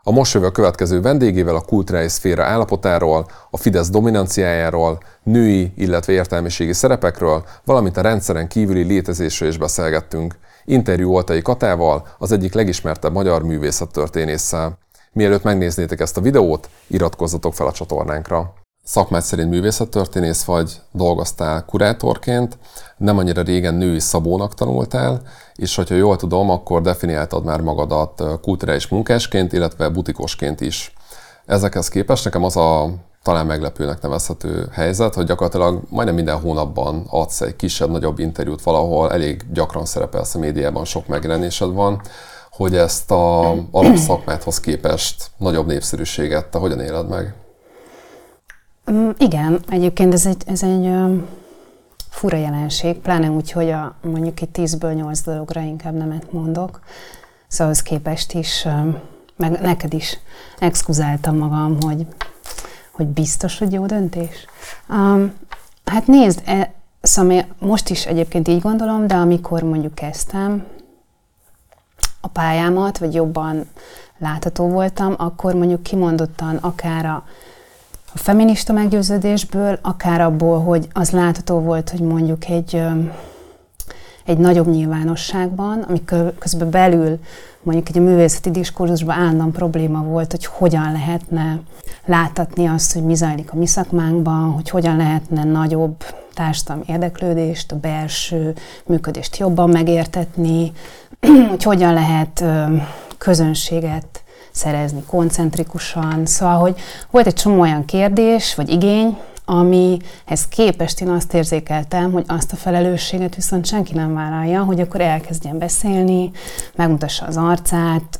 A most jövő következő vendégével a kulturális szféra állapotáról, a Fidesz dominanciájáról, női, illetve értelmiségi szerepekről, valamint a rendszeren kívüli létezésről is beszélgettünk. Interjú Oltai Katával, az egyik legismertebb magyar művészettörténésszel. Mielőtt megnéznétek ezt a videót, iratkozzatok fel a csatornánkra. Szakmád szerint művészettörténész vagy, dolgoztál kurátorként, nem annyira régen női szabónak tanultál, és hogyha jól tudom, akkor definiáltad már magadat kulturális munkásként, illetve butikosként is. Ezekhez képest nekem az a talán meglepőnek nevezhető helyzet, hogy gyakorlatilag majdnem minden hónapban adsz egy kisebb-nagyobb interjút valahol, elég gyakran szerepelsz a médiában, sok megjelenésed van, hogy ezt az alapszakmádhoz képest nagyobb népszerűséget te hogyan éled meg? Igen, egyébként ez egy fura jelenség, pláne úgy, hogy mondjuk itt 10-ből 8 dologra inkább nemet mondok. Szóval ahhoz képest is, meg neked is exkuzáltam magam, hogy biztos, hogy jó döntés. Hát nézd, szóval most is egyébként így gondolom, de amikor mondjuk kezdtem a pályámat, vagy jobban látható voltam, akkor mondjuk kimondottan akár a feminista meggyőződésből, akár abból, hogy az látható volt, hogy mondjuk egy nagyobb nyilvánosságban, amikor közben belül mondjuk egy művészeti diskurzusban állandóan probléma volt, hogy hogyan lehetne láttatni azt, hogy mi zajlik a mi szakmánkban, hogy hogyan lehetne nagyobb társadalmi érdeklődést, a belső működést jobban megértetni, hogy hogyan lehet közönséget szerezni koncentrikusan. Szóval, hogy volt egy csomó olyan kérdés, vagy igény, amihez képest én azt érzékeltem, hogy azt a felelősséget viszont senki nem vállalja, hogy akkor elkezdjen beszélni, megmutassa az arcát,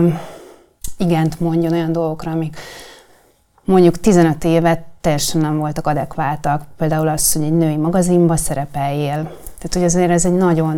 igent mondjon olyan dolgokra, amik mondjuk 15 évet teljesen nem voltak adekváltak. Például az, hogy egy női magazinba szerepeljél. Tehát, hogy azért ez egy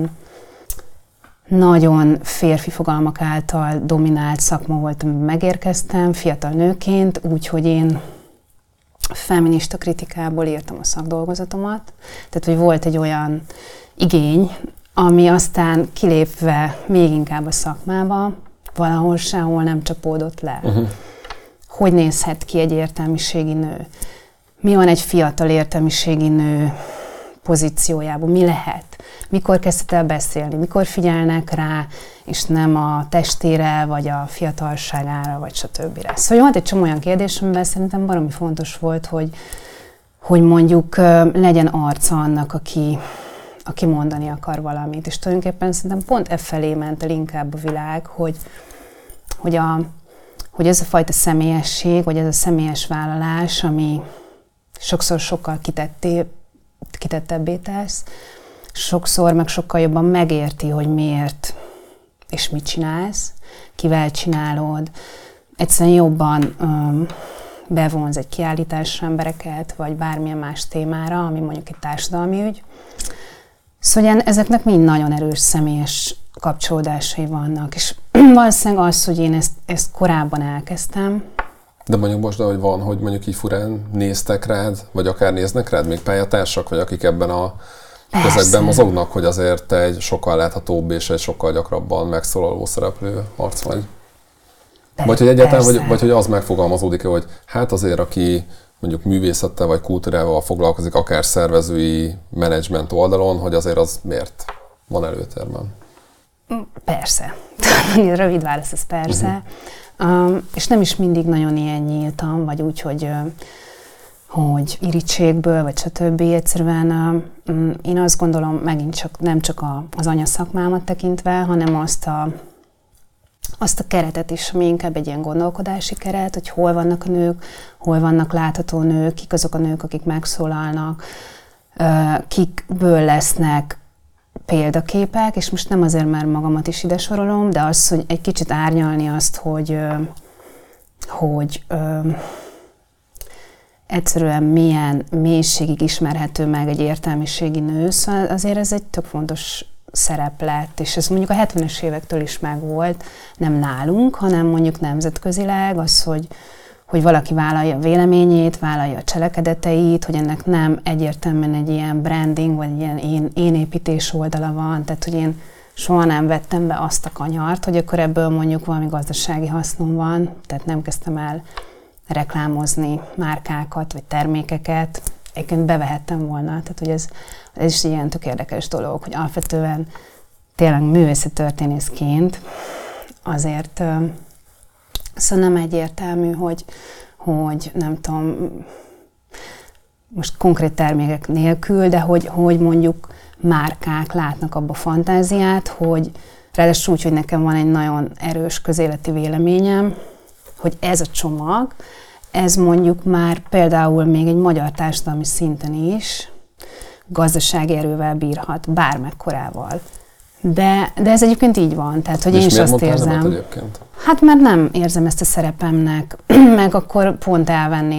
nagyon férfi fogalmak által dominált szakma volt, amiben megérkeztem fiatal nőként, úgyhogy én feminista kritikából írtam a szakdolgozatomat. Tehát, hogy volt egy olyan igény, ami aztán kilépve még inkább a szakmába, valahol sehol nem csapódott le. Hogy nézhet ki egy értelmiségi nő? Mi van egy fiatal értelmiségi nő pozíciójában? Mi lehet? Mikor kezdett el beszélni? Mikor figyelnek rá, és nem a testére, vagy a fiatalságára, vagy stb. Szóval volt egy csomó olyan kérdés, amiben szerintem baromi fontos volt, hogy mondjuk legyen arca annak, aki mondani akar valamit. És tulajdonképpen szerintem pont e felé ment el inkább a világ, hogy ez a fajta személyesség, vagy ez a személyes vállalás, ami sokszor sokkal kitettebbé tesz, sokszor meg sokkal jobban megérti, hogy miért és mit csinálsz, kivel csinálod. Egyszerűen jobban bevonz egy kiállításra embereket, vagy bármilyen más témára, ami mondjuk egy társadalmi ügy. Szóval ezeknek mind nagyon erős személyes kapcsolódásai vannak. És valószínűleg az, hogy én ezt korábban elkezdtem. De mondjuk most, ahogy van, hogy mondjuk így furán néztek rád, vagy akár néznek rád még pályatársak, vagy akik ebben a közegben mozognak, hogy azért te egy sokkal láthatóbb és egy sokkal gyakrabban megszólaló szereplő arc vagy. Vagy hogy egyáltalán, vagy hogy az megfogalmazódik, hogy hát azért, aki mondjuk művészettel vagy kultúrával foglalkozik, akár szervezői menedzsment oldalon, hogy azért az miért van előtérben? Persze. Rövid válasz, ez persze. És nem is mindig nagyon ilyen nyíltan, vagy úgy, hogy irítségből, vagy stb. Egyszerűen én azt gondolom, megint csak nem csak az anyaszakmámat tekintve, hanem azt a keretet is, ami inkább egy ilyen gondolkodási keret, hogy hol vannak a nők, hol vannak látható nők, kik azok a nők, akik megszólalnak, kikből lesznek példaképek, és most nem azért már magamat is ide sorolom, de az, hogy egy kicsit árnyalni azt, hogy egyszerűen milyen mélységig ismerhető meg egy értelmiségi nő, szóval azért ez egy tök fontos szerep lett, és ez mondjuk a 70-es évektől is megvolt, nem nálunk, hanem mondjuk nemzetközileg, az, hogy valaki vállalja a véleményét, vállalja a cselekedeteit, hogy ennek nem egyértelműen egy ilyen branding, vagy ilyen én építés oldala van, tehát hogy én soha nem vettem be azt a kanyart, hogy akkor ebből mondjuk valami gazdasági hasznom van, tehát nem kezdtem el reklámozni márkákat vagy termékeket. Egyébként bevehettem volna, tehát hogy ez is ilyen tök érdekes dolog, hogy alapvetően tényleg művészettörténészként azért szóval nem egyértelmű, hogy nem tudom, most konkrét termékek nélkül, de hogy mondjuk márkák látnak abba fantáziát, hogy ráadásul úgy, hogy nekem van egy nagyon erős közéleti véleményem, hogy ez a csomag, ez mondjuk már például még egy magyar társadalmi szinten is gazdasági erővel bírhat, bármekkorával. De ez egyébként így van, tehát hogy én is azt érzem. Hát mert nem érzem ezt a szerepemnek, meg akkor pont elvenni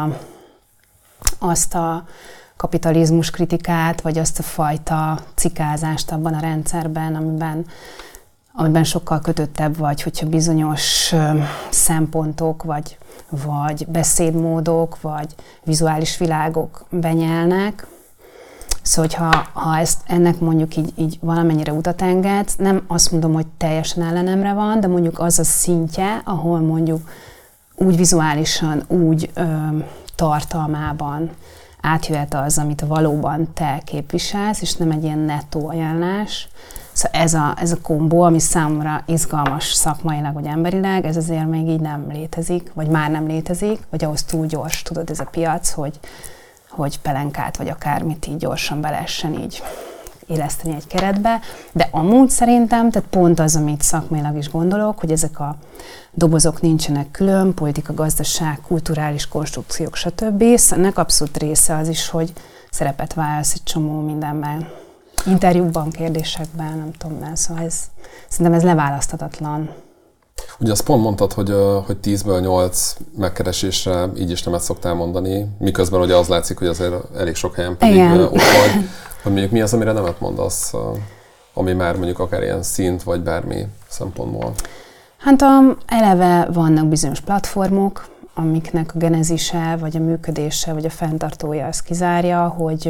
azt a kapitalizmus kritikát, vagy azt a fajta cikázást abban a rendszerben, amiben sokkal kötöttebb vagy, hogyha bizonyos szempontok, vagy beszédmódok, vagy vizuális világok benyelnek. Szóval, ha ennek mondjuk így valamennyire utat engedsz, nem azt mondom, hogy teljesen ellenemre van, de mondjuk az a szintje, ahol mondjuk úgy vizuálisan, úgy tartalmában átjöhet az, amit valóban te képviselsz, és nem egy ilyen nettó ajánlás. Szóval ez a kombó, ami számomra izgalmas szakmailag vagy emberileg, ez azért még így nem létezik, vagy már nem létezik, vagy ahhoz túl gyors, tudod, ez a piac, hogy pelenkát vagy akármit így gyorsan be lehessen így éleszteni egy keretbe, de amúgy szerintem, tehát pont az, amit szakmailag is gondolok, hogy ezek a dobozok nincsenek külön, politika, gazdaság, kulturális konstrukciók, stb. Ennek abszolút része az is, hogy szerepet vállalsz egy csomó mindenben. Interjúkban, kérdésekben, nem tudom, mert szóval szerintem ez leválaszthatatlan. Ugye azt pont mondtad, hogy 10-ből 8 megkeresésre így is nemet szoktál mondani, miközben ugye az látszik, hogy azért elég sok helyen pedig ott vagy, hogy mondjuk mi az, amire nemet mondasz, ami már mondjuk akár ilyen szint, vagy bármi szempontból. Hát eleve vannak bizonyos platformok, amiknek a genezise, vagy a működése, vagy a fenntartója azt kizárja,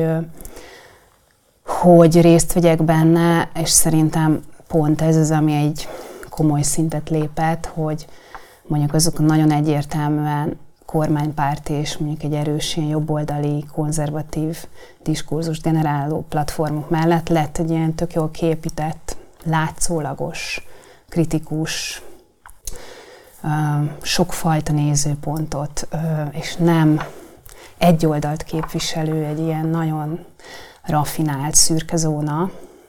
hogy részt vegyek benne, és szerintem pont ez az, ami egy komoly szintet lépett, hogy mondjuk azok nagyon egyértelműen kormánypárti és mondjuk egy erős ilyen jobboldali, konzervatív diskurzus generáló platformok mellett lett egy ilyen tök jól kiépített, látszólagos, kritikus, sokfajta nézőpontot, és nem egy oldalt képviselő, egy ilyen nagyon raffinált szürke zóna,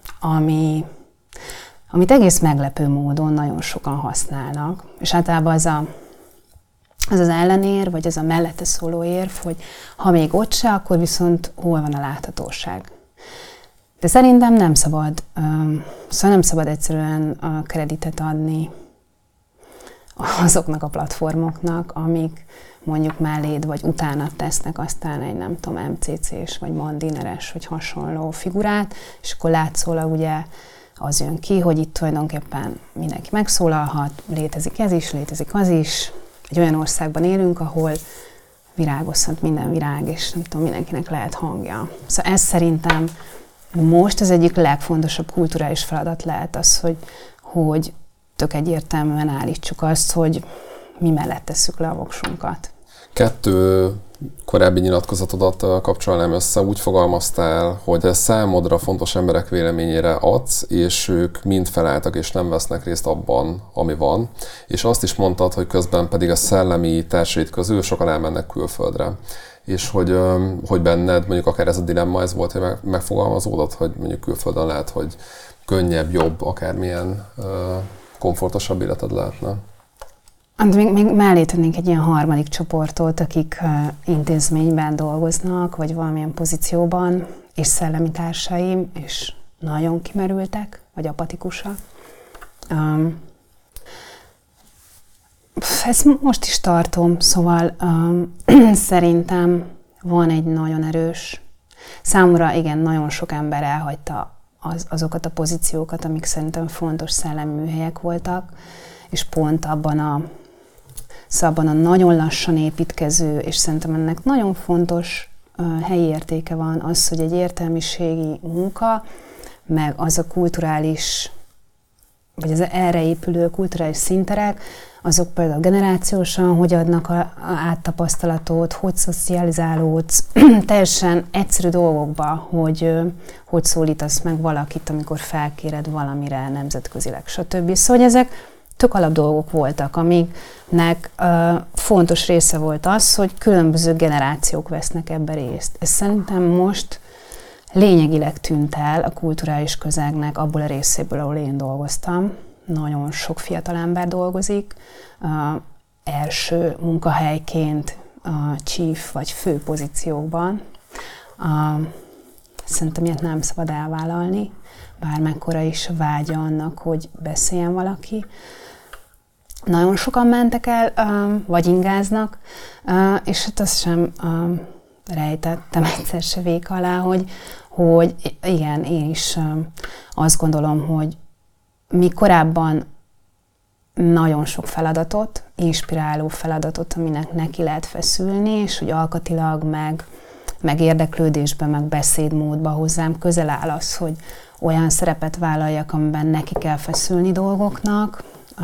amit egész meglepő módon nagyon sokan használnak. És általában az ellenér, vagy az a mellette szóló érv, hogy ha még ott se, akkor viszont hol van a láthatóság. De szerintem nem szabad, szóval nem szabad egyszerűen a kreditet adni azoknak a platformoknak, amik mondjuk melléd vagy utána tesznek aztán egy nem tudom, MCC-s, vagy Mandineres, vagy hasonló figurát, és akkor látszólag ugye az jön ki, hogy itt tulajdonképpen mindenki megszólalhat, létezik ez is, létezik az is. Egy olyan országban élünk, ahol virágozhat minden virág, és nem tudom, mindenkinek lehet hangja. Szóval ez szerintem most az egyik legfontosabb kulturális feladat lehet az, hogy tök egyértelműen állítsuk azt, hogy mi mellett tesszük le a voksunkat. 2 korábbi nyilatkozatodat kapcsolnám össze. Úgy fogalmaztál, hogy számodra fontos emberek véleményére adsz, és ők mind felálltak és nem vesznek részt abban, ami van. És azt is mondtad, hogy közben pedig a szellemi társaid közül sokan elmennek külföldre. És hogy benned mondjuk akár ez a dilemma, ez volt, hogy megfogalmazódott, hogy mondjuk külföldön lehet, hogy könnyebb, jobb, akármilyen komfortosabb életed lehetne. Még mellé tennénk egy ilyen harmadik csoportot, akik intézményben dolgoznak, vagy valamilyen pozícióban, és szellemi társaim, és nagyon kimerültek, vagy apatikusak. Ezt most is tartom, szóval szerintem van egy nagyon erős, számomra igen, nagyon sok ember elhagyta azokat a pozíciókat, amik szerintem fontos szellemi műhelyek voltak, és pont abban a nagyon lassan építkező, és szerintem ennek nagyon fontos helyi értéke van az, hogy egy értelmiségi munka, meg az a kulturális vagy az erre épülő kulturális színterek, azok például generációsan, hogy adnak áttapasztalatot, hogy szocializálódsz, teljesen egyszerű dolgokba, hogy szólítasz meg valakit, amikor felkéred valamire nemzetközileg, stb. Szóval ezek tök alap dolgok voltak, amiknek fontos része volt az, hogy különböző generációk vesznek ebbe részt. Ez szerintem most lényegileg tűnt el a kulturális közegnek abból a részéből, ahol én dolgoztam. Nagyon sok fiatal ember dolgozik, első munkahelyként chief vagy fő pozíciókban. Szerintem ilyet nem szabad elvállalni, bármekkora is vágya annak, hogy beszéljen valaki. Nagyon sokan mentek el, vagy ingáznak, és hát azt sem rejtettem egyszer se vék alá, hogy igen, én is azt gondolom, hogy mi korábban nagyon sok feladatot, inspiráló feladatot, aminek neki lehet feszülni, és hogy alkatilag, meg érdeklődésben, meg beszédmódban hozzám közel áll az, hogy olyan szerepet vállaljak, amiben neki kell feszülni dolgoknak.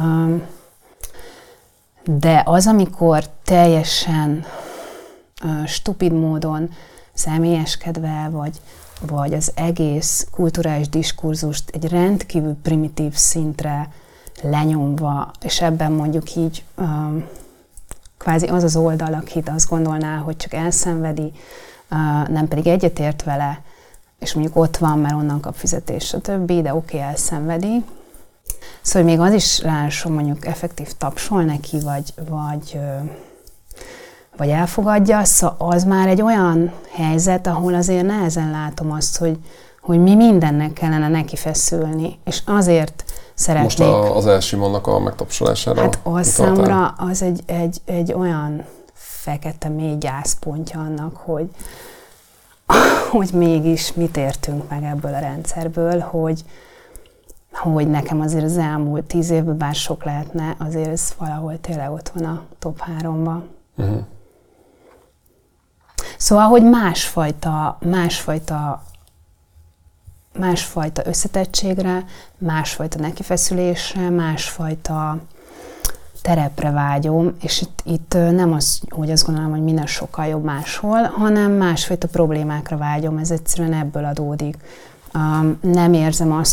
De az, amikor teljesen stupid módon személyeskedve, vagy az egész kulturális diskurzust egy rendkívül primitív szintre lenyomva, és ebben mondjuk így kvázi az az oldal, akit azt gondolná, hogy csak elszenvedi, nem pedig egyetért vele, és mondjuk ott van, mert onnan kap fizetést, stb., de oké, elszenvedi. Szóval még az is ráadásul mondjuk effektív tapsol neki, vagy elfogadja, szóval az már egy olyan helyzet, ahol azért nehezen látom azt, hogy mi mindennek kellene neki feszülni, és azért szeretnék... Most az Elsimonnak a megtapsolására hát az számomra az egy olyan fekete mély gyászpontja annak, hogy mégis mit értünk meg ebből a rendszerből, hogy nekem azért az elmúlt 10 évben, bár sok lehetne, azért ez valahol tényleg ott van a top 3-ban. Uh-huh. Szóval, hogy másfajta összetettségre, másfajta nekifeszülésre, másfajta terepre vágyom, és itt nem az, hogy azt gondolom, hogy minden sokkal jobb máshol, hanem másfajta problémákra vágyom, ez egyszerűen ebből adódik. Nem érzem azt,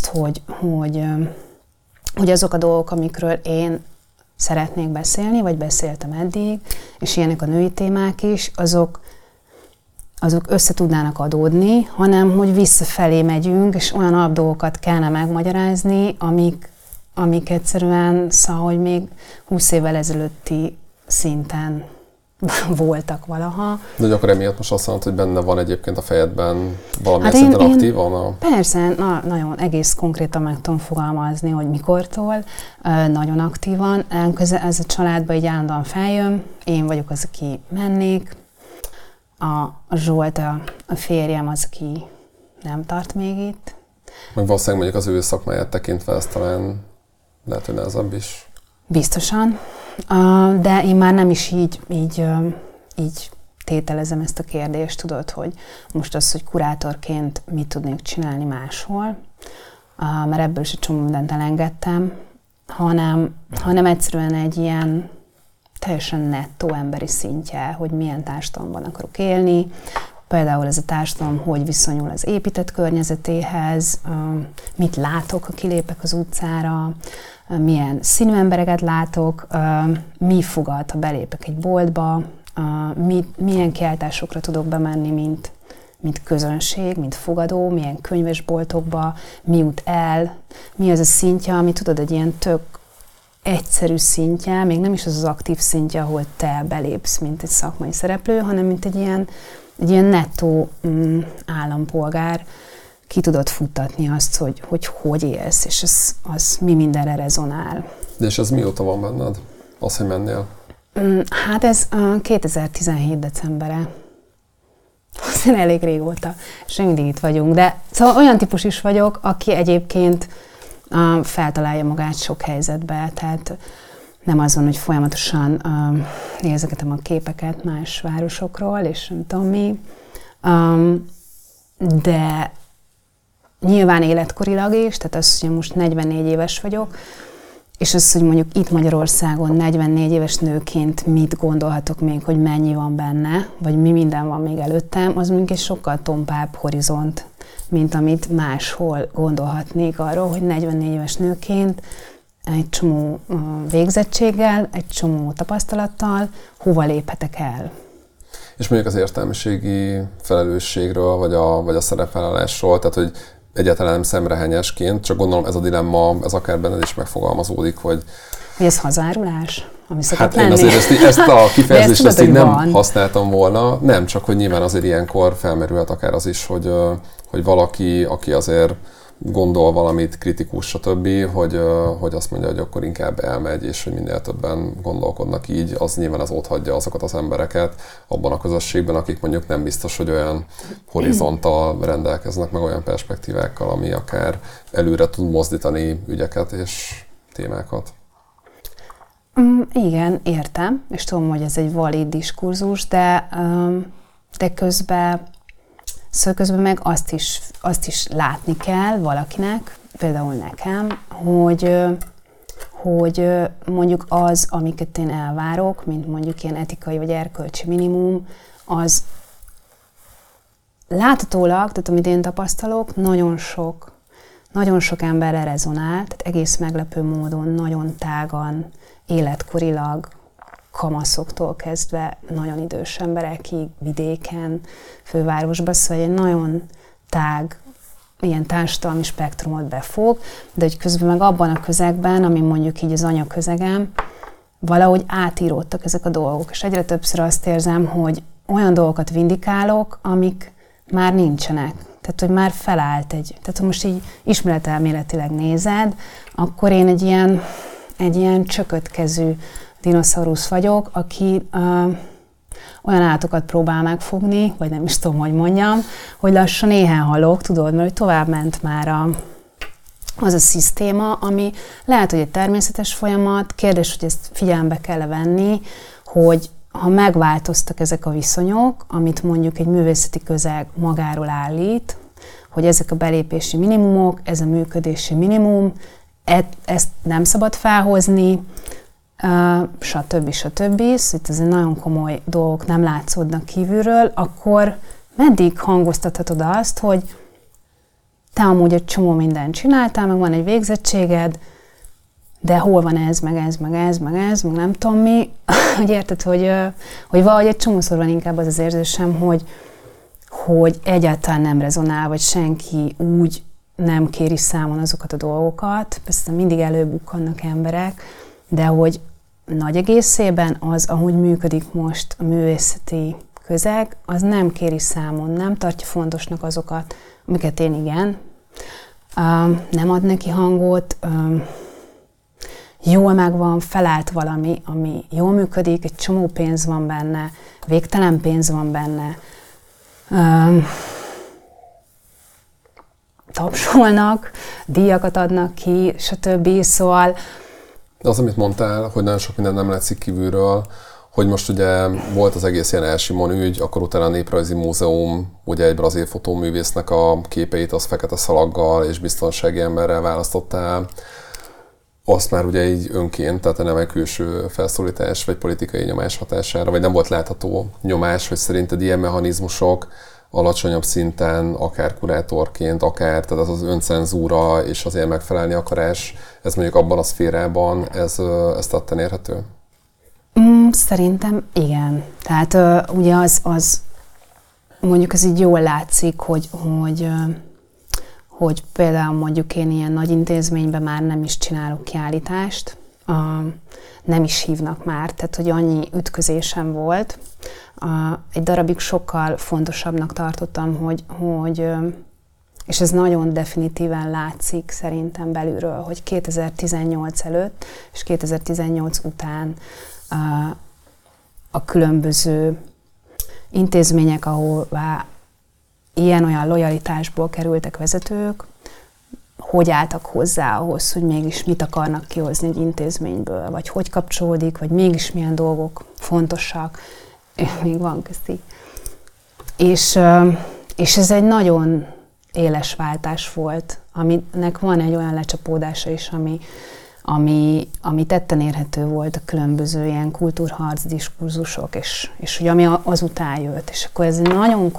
hogy azok a dolgok, amikről én szeretnék beszélni, vagy beszéltem eddig, és ilyenek a női témák is, azok össze tudnának adódni, hanem hogy visszafelé megyünk, és olyan alap dolgokat kellene megmagyarázni, amik egyszerűen, szóval, hogy még 20 évvel ezelőtti szinten voltak valaha. De akkor emiatt most azt mondod, hogy benne van egyébként a fejedben valamilyen szinten aktívan? Persze, nagyon egész konkrétan meg tudom fogalmazni, hogy mikortól, nagyon aktívan. Ez a családban így állandóan feljön, én vagyok az, aki mennék, a Zsolt, a férjem az, aki nem tart még itt. Meg valószínűleg mondjuk az ő szakmáját tekintve ez talán lehet, hogy nehezebb is. Biztosan, de én már nem is így tételezem ezt a kérdést, tudod, hogy most az, hogy kurátorként mit tudnék csinálni máshol, mert ebből is egy csomó mindent elengedtem, hanem egyszerűen egy ilyen teljesen nettó emberi szintje, hogy milyen társadalomban akarok élni, például ez a társadalom hogy viszonyul az épített környezetéhez, mit látok, ha kilépek az utcára, milyen színű embereket látok, mi fogad, ha belépek egy boltba, milyen kiáltásokra tudok bemenni, mint közönség, mint fogadó, milyen könyvesboltokba, mi jut el, mi az a szintje, ami tudod, egy ilyen tök egyszerű szintje, még nem is az aktív szintje, ahol te belépsz, mint egy szakmai szereplő, hanem mint egy ilyen nettó állampolgár, ki tudod futtatni azt, hogy élsz, és az mi mindenre rezonál. De és ez mióta van benned? Az, hogy mennél? Hát ez 2017. decembere. Aztán elég régóta, és mindig itt vagyunk. De szóval olyan típus is vagyok, aki egyébként feltalálja magát sok helyzetbe, tehát nem azon, hogy folyamatosan nézegetem a képeket más városokról, és nem tudom mi, de nyilván életkorilag is, tehát az, hogy most 44 éves vagyok, és az, hogy mondjuk itt Magyarországon 44 éves nőként mit gondolhatok még, hogy mennyi van benne, vagy mi minden van még előttem, az mondjuk egy sokkal tompább horizont, mint amit máshol gondolhatnék arról, hogy 44 éves nőként egy csomó végzettséggel, egy csomó tapasztalattal hova léphetek el. És mondjuk az értelmiségi felelősségről, vagy a szerepvállalásról, tehát hogy egyáltalán nem szemrehányásként, csak gondolom ez a dilemma, ez akár benned is megfogalmazódik, hogy ez hazárulás? Ami hát én azért ezt a kifejezést ezt így nem használtam volna, nem, csak hogy nyilván azért ilyenkor felmerülhet akár az is, hogy valaki, aki azért gondol valamit, kritikus, stb., hogy azt mondja, hogy akkor inkább elmegy, és hogy minél többen gondolkodnak így, az nyilván az ott hagyja azokat az embereket abban a közösségben, akik mondjuk nem biztos, hogy olyan horizonttal rendelkeznek, meg olyan perspektívákkal, ami akár előre tud mozdítani ügyeket és témákat. Igen, értem, és tudom, hogy ez egy valid diskurzus, de közben meg azt is látni kell valakinek, például nekem, hogy mondjuk az, amiket én elvárok, mint mondjuk ilyen etikai vagy erkölcsi minimum, az láthatólag, tehát amit én tapasztalok, nagyon sok emberre rezonál, tehát egész meglepő módon, nagyon tágan, életkorilag, kamaszoktól kezdve nagyon idős emberekig, vidéken, fővárosban, szóval egy nagyon tág, ilyen társadalmi spektrumot befog, de hogy közben meg abban a közegben, ami mondjuk így az anyaközegem, valahogy átíródtak ezek a dolgok, és egyre többször azt érzem, hogy olyan dolgokat vindikálok, amik már nincsenek. Tehát, hogy már felállt tehát ha most így ismeretelméletileg nézed, akkor én egy ilyen csökötkezű dinoszaurusz vagyok, aki olyan állatokat próbál megfogni, vagy nem is tudom, hogy mondjam, hogy lassan éhen halok, tudod, mert tovább ment már az a szisztéma, ami lehet, hogy egy természetes folyamat, kérdés, hogy ezt figyelembe kell venni, hogy ha megváltoztak ezek a viszonyok, amit mondjuk egy művészeti közeg magáról állít, hogy ezek a belépési minimumok, ez a működési minimum, ezt nem szabad felhozni, stb. Szóval itt azért nagyon komoly dolgok nem látszódnak kívülről, akkor meddig hangoztathatod azt, hogy te amúgy egy csomó mindent csináltál, meg van egy végzettséged, de hol van ez, meg nem tudom mi, hogy érted, hogy valahogy egy csomószor van inkább az érzésem, hogy egyáltalán nem rezonál, vagy senki úgy nem kéri számon azokat a dolgokat, persze mindig előbukkannak emberek, de hogy nagy egészében az, ahogy működik most a művészeti közeg, az nem kéri számon, nem tartja fontosnak azokat, amiket én igen, nem ad neki hangot, jól megvan, felállt valami, ami jól működik, egy csomó pénz van benne, végtelen pénz van benne, tapsolnak, díjakat adnak ki, stb. Szóval... De az, amit mondtál, hogy nagyon sok minden nem látszik kívülről, hogy most ugye volt az egész ilyen Elsimon ügy, akkor utána a Néprajzi Múzeum ugye egy brazil fotóművésznek a képeit az fekete szalaggal és biztonsági emberrel választottál. Azt már ugye így önként, tehát nem egy külső felszólítás vagy politikai nyomás hatására, vagy nem volt látható nyomás, hogy szerinted ilyen mechanizmusok alacsonyabb szinten, akár kurátorként, akár, tehát az öncenzúra és az ilyen megfelelni akarás, ez mondjuk abban a szférában, ez tetten érhető? Szerintem igen. Tehát ugye az mondjuk ez így jól látszik, hogy például mondjuk én ilyen nagy intézményben már nem is csinálok kiállítást, nem is hívnak már, tehát hogy annyi ütközésem volt. Egy darabig sokkal fontosabbnak tartottam, hogy és ez nagyon definitíven látszik szerintem belülről, hogy 2018 előtt és 2018 után a különböző intézmények, ahová ilyen-olyan lojalitásból kerültek vezetők, hogy álltak hozzá ahhoz, hogy mégis mit akarnak kihozni egy intézményből, vagy hogy kapcsolódik, vagy mégis milyen dolgok fontosak. Még van, köszi. És ez egy nagyon éles váltás volt, aminek van egy olyan lecsapódása is, ami tetten érhető volt a különböző ilyen kultúrharc diskurzusok, és hogy ami azután jött. És akkor ez egy nagyon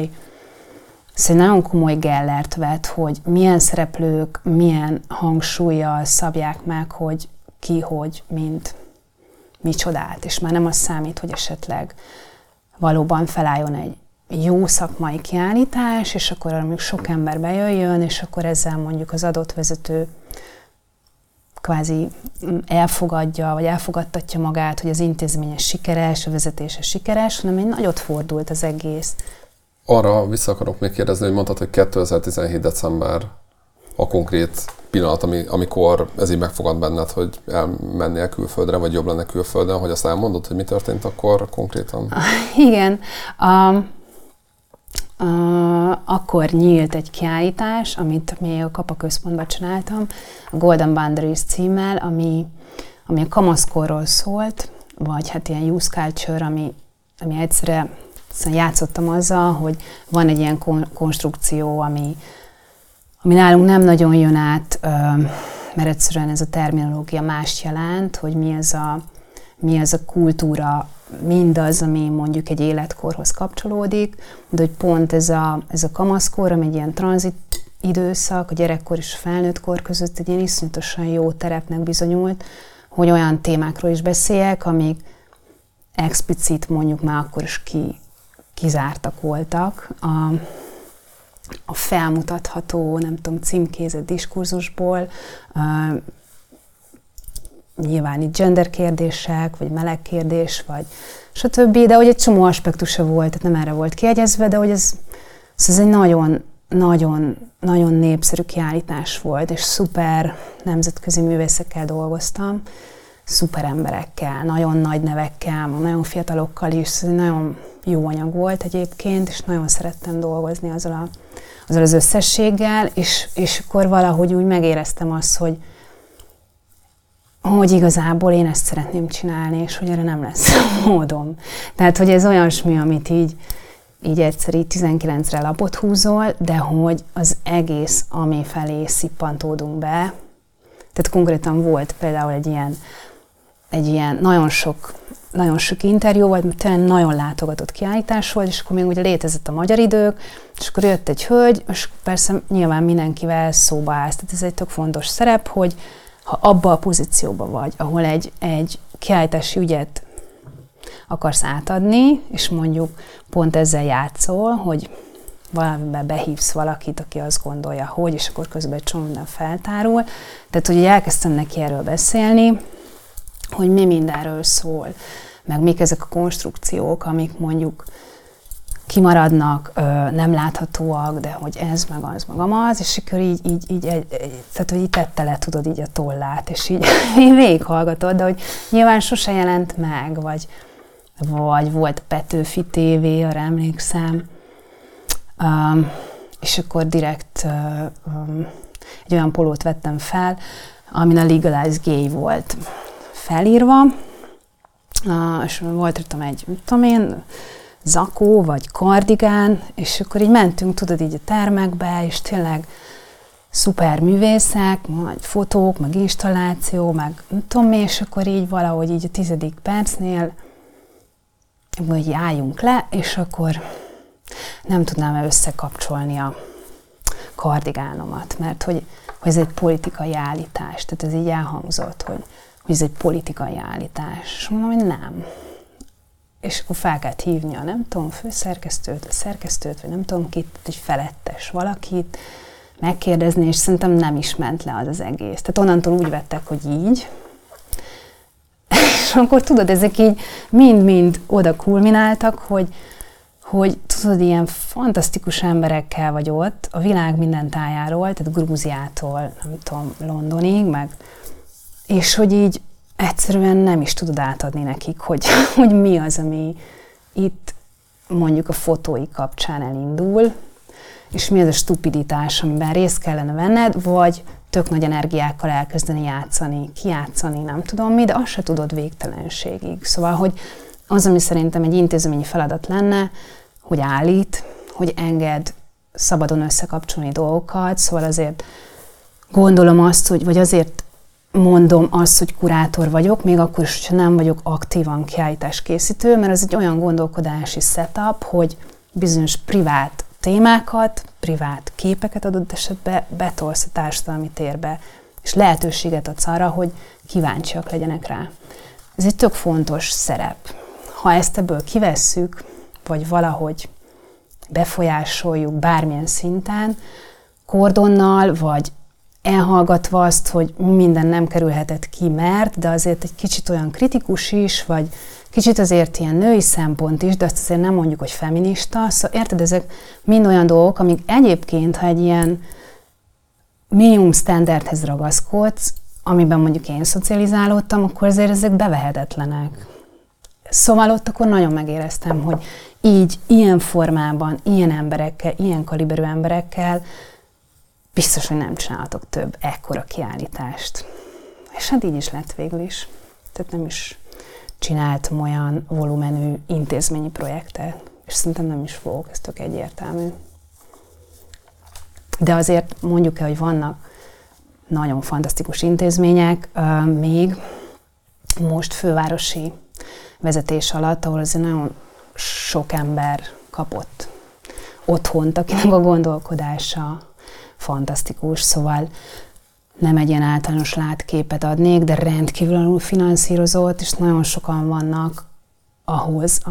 komoly gellert vett, hogy milyen szereplők, milyen hangsúllyal szabják meg, hogy ki, hogy, mint micsodát. És már nem az számít, hogy esetleg valóban felálljon egy jó szakmai kiállítás, és akkor arra még sok ember bejöjjön, és akkor ezzel mondjuk az adott vezető kvázi elfogadja, vagy elfogadtatja magát, hogy az intézményes sikeres, a vezetése sikeres, hanem egy nagyot fordult az egész. Arra vissza akarok még kérdezni, hogy mondtad, hogy 2017. december a konkrét pillanat, amikor ez így megfogad benned, hogy elmennél külföldre, vagy jobb lenne külföldön, hogy azt elmondod, hogy mi történt akkor konkrétan? Igen. Akkor nyílt egy kiállítás, amit még a Kapa Központban csináltam, a Golden Boundaries címmel, ami a kamaszkorról szólt, vagy hát ilyen youth culture, ami egyszerűen játszottam azzal, hogy van egy ilyen konstrukció, ami nálunk nem nagyon jön át, mert egyszerűen ez a terminológia mást jelent, hogy mi ez a kultúra, mindaz, ami mondjuk egy életkorhoz kapcsolódik, de hogy pont ez a kamaszkor, ami egy ilyen tranzit időszak, a gyerekkor és a felnőttkor között egy ilyen iszonyatosan jó terepnek bizonyult, hogy olyan témákról is beszéljek, amik explicit mondjuk már akkor is kizártak voltak. A felmutatható, nem tudom, címkézett diskurzusból, nyilván itt gender kérdések, vagy meleg kérdés, vagy stb., de hogy egy csomó aspektusa volt, tehát nem erre volt kiegyezve, de hogy ez egy nagyon népszerű kiállítás volt, és szuper nemzetközi művészekkel dolgoztam, szuper emberekkel, nagyon nagy nevekkel, nagyon fiatalokkal is, ez egy nagyon jó anyag volt egyébként, és nagyon szerettem dolgozni azzal az összességgel, és akkor valahogy úgy megéreztem azt, hogy igazából én ezt szeretném csinálni, és hogy erre nem lesz módom. Tehát, hogy ez olyasmi, amit így egyszer így 19-re lapot húzol, de hogy az egész, ami felé szippantódunk be, tehát konkrétan volt például egy ilyen nagyon sok interjú volt, tényleg nagyon látogatott kiállítás volt, és akkor még ugye létezett a Magyar Idők, és akkor jött egy hölgy, és persze nyilván mindenkivel szóba állsz. Tehát ez egy tök fontos szerep, hogy ha abba a pozícióba vagy, ahol egy kiállítási ügyet akarsz átadni, és mondjuk pont ezzel játszol, hogy valamiben behívsz valakit, aki azt gondolja, hogy, és akkor közben egy csomó minden feltárul. Tehát, hogy elkezdtem neki erről beszélni, hogy mi mindenről szól, meg mik ezek a konstrukciók, amik mondjuk kimaradnak, nem láthatóak, de hogy ez, meg az, és akkor tehát, hogy így tette le, tudod, így a tollát, és így végighallgatod, de hogy nyilván sose jelent meg, vagy volt a Petőfi TV, arra emlékszem, és akkor direkt egy olyan polót vettem fel, amin a Legalize Gay volt felírva, és volt rajtam egy, tudom én, zakó, vagy kardigán, és akkor így mentünk, tudod, így a termekbe, és tényleg szuper művészek, vagy fotók, meg installáció, meg nem tudom mi, és akkor így valahogy így a 10. percnél hogy álljunk le, és akkor nem tudnám összekapcsolni a kardigánomat, mert hogy ez egy politikai állítás, tehát ez így elhangzott, hogy ez egy politikai állítás. És mondom, hogy nem. És akkor fel kellett hívni a nem tudom, főszerkesztőt, a szerkesztőt, vagy nem tudom kit, egy felettes valakit, megkérdezni, és szerintem nem is ment le az egész. Tehát onnantól úgy vettek, hogy így. És akkor tudod, ezek így mind-mind oda kulmináltak, hogy tudod, ilyen fantasztikus emberekkel vagy ott, a világ minden tájáról, tehát Grúziától, nem tudom, Londonig, meg, és hogy így egyszerűen nem is tudod átadni nekik, hogy mi az, ami itt mondjuk a fotói kapcsán elindul, és mi az a stupiditás, amiben részt kellene venned, vagy tök nagy energiákkal elkezdeni játszani, kijátszani, nem tudom mi, de azt se tudod végtelenségig. Szóval, hogy az, ami szerintem egy intézményi feladat lenne, hogy állít, hogy enged szabadon összekapcsolni dolgokat, szóval azért gondolom azt, hogy, vagy azért mondom azt, hogy kurátor vagyok, még akkor is, hogyha nem vagyok aktívan kiállításkészítő, mert ez egy olyan gondolkodási setup, hogy bizonyos privát témákat, privát képeket adott esetben betolsz a társadalmi térbe, és lehetőséget adsz arra, hogy kíváncsiak legyenek rá. Ez egy tök fontos szerep. Ha ezt ebből kivesszük, vagy valahogy befolyásoljuk bármilyen szinten, kordonnal, vagy elhallgatva azt, hogy minden nem kerülhetett ki, mert, de azért egy kicsit olyan kritikus is, vagy kicsit azért ilyen női szempont is, de azt azért nem mondjuk, hogy feminista. Szóval érted, ezek mind olyan dolgok, amik egyébként, ha egy ilyen minimum standardhez ragaszkodsz, amiben mondjuk én szocializálódtam, akkor azért ezek bevehetetlenek. Szóval ott akkor nagyon megéreztem, hogy így, ilyen formában, ilyen emberekkel, ilyen kaliberű emberekkel biztos, hogy nem csinálhatok több ekkora kiállítást. És hát így is lett végül is. Tehát nem is csináltam olyan volumenű intézményi projektet, és szerintem nem is fogok, ez tök egyértelmű. De azért mondjuk el, hogy vannak nagyon fantasztikus intézmények, még most fővárosi vezetés alatt, ahol azért nagyon sok ember kapott otthont, akinek a gondolkodása fantasztikus, szóval nem egy ilyen általános látképet adnék, de rendkívül alul finanszírozott, és nagyon sokan vannak ahhoz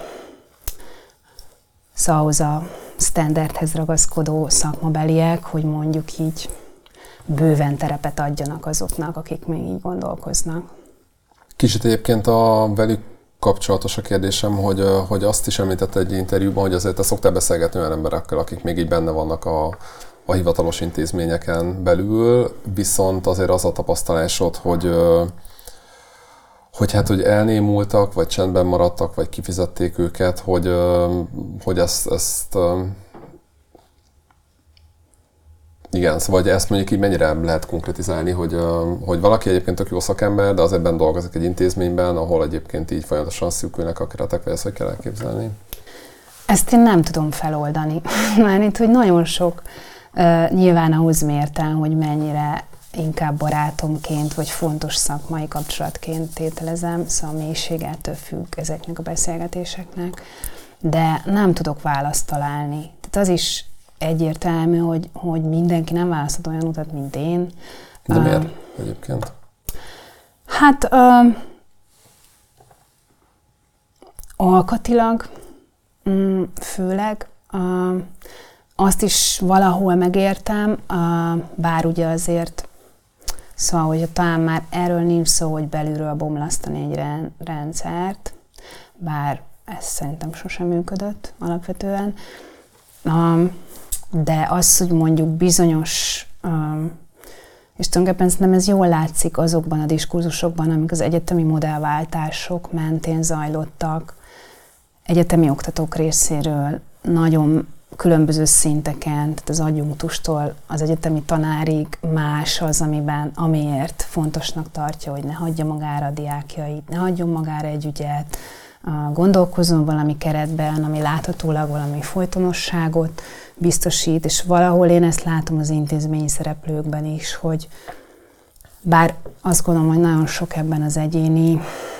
a standardhez ragaszkodó szakmabeliek, hogy mondjuk így bőven terepet adjanak azoknak, akik még így gondolkoznak. Kicsit egyébként velük kapcsolatos a kérdésem, hogy azt is említette egy interjúban, hogy azért te szoktál beszélgetni olyan emberekkel, akik még így benne vannak a hivatalos intézményeken belül, viszont azért az a tapasztalásod, hogy elnémultak, vagy csendben maradtak, vagy kifizették őket, hogy ezt igen, szóval ezt mondjuk így mennyire lehet konkretizálni, hogy valaki egyébként tök jó szakember, de azért benne dolgozik egy intézményben, ahol egyébként így folyamatosan szűkülnek a keretek, vagy ezt hogy kell elképzelni? Ezt én nem tudom feloldani. Mármint, hogy nagyon sok nyilván ahhoz mérten, hogy mennyire inkább barátomként, vagy fontos szakmai kapcsolatként tételezem, szóval a mélységettől függ ezeknek a beszélgetéseknek, de nem tudok választ találni. Tehát az is egyértelmű, hogy mindenki nem választhat olyan utat, mint én. De miért egyébként? Hát alkatilag főleg azt is valahol megértem, bár ugye azért, szóval, hogy talán már erről nincs szó, hogy belülről bomlasztani egy rendszert, bár ez szerintem sosem működött alapvetően, de az, hogy mondjuk bizonyos, és tulajdonképpen szerintem ez jól látszik azokban a diskurzusokban, amik az egyetemi modellváltások mentén zajlottak, egyetemi oktatók részéről nagyon különböző szinteken, tehát az adjunktustól az egyetemi tanárig más az, amiért fontosnak tartja, hogy ne hagyja magára a diákjait, ne hagyjon magára egy ügyet, gondolkozzon valami keretben, ami láthatólag valami folytonosságot biztosít, és valahol én ezt látom az intézményi szereplőkben is, hogy bár azt gondolom, hogy nagyon sok ebben az egyéni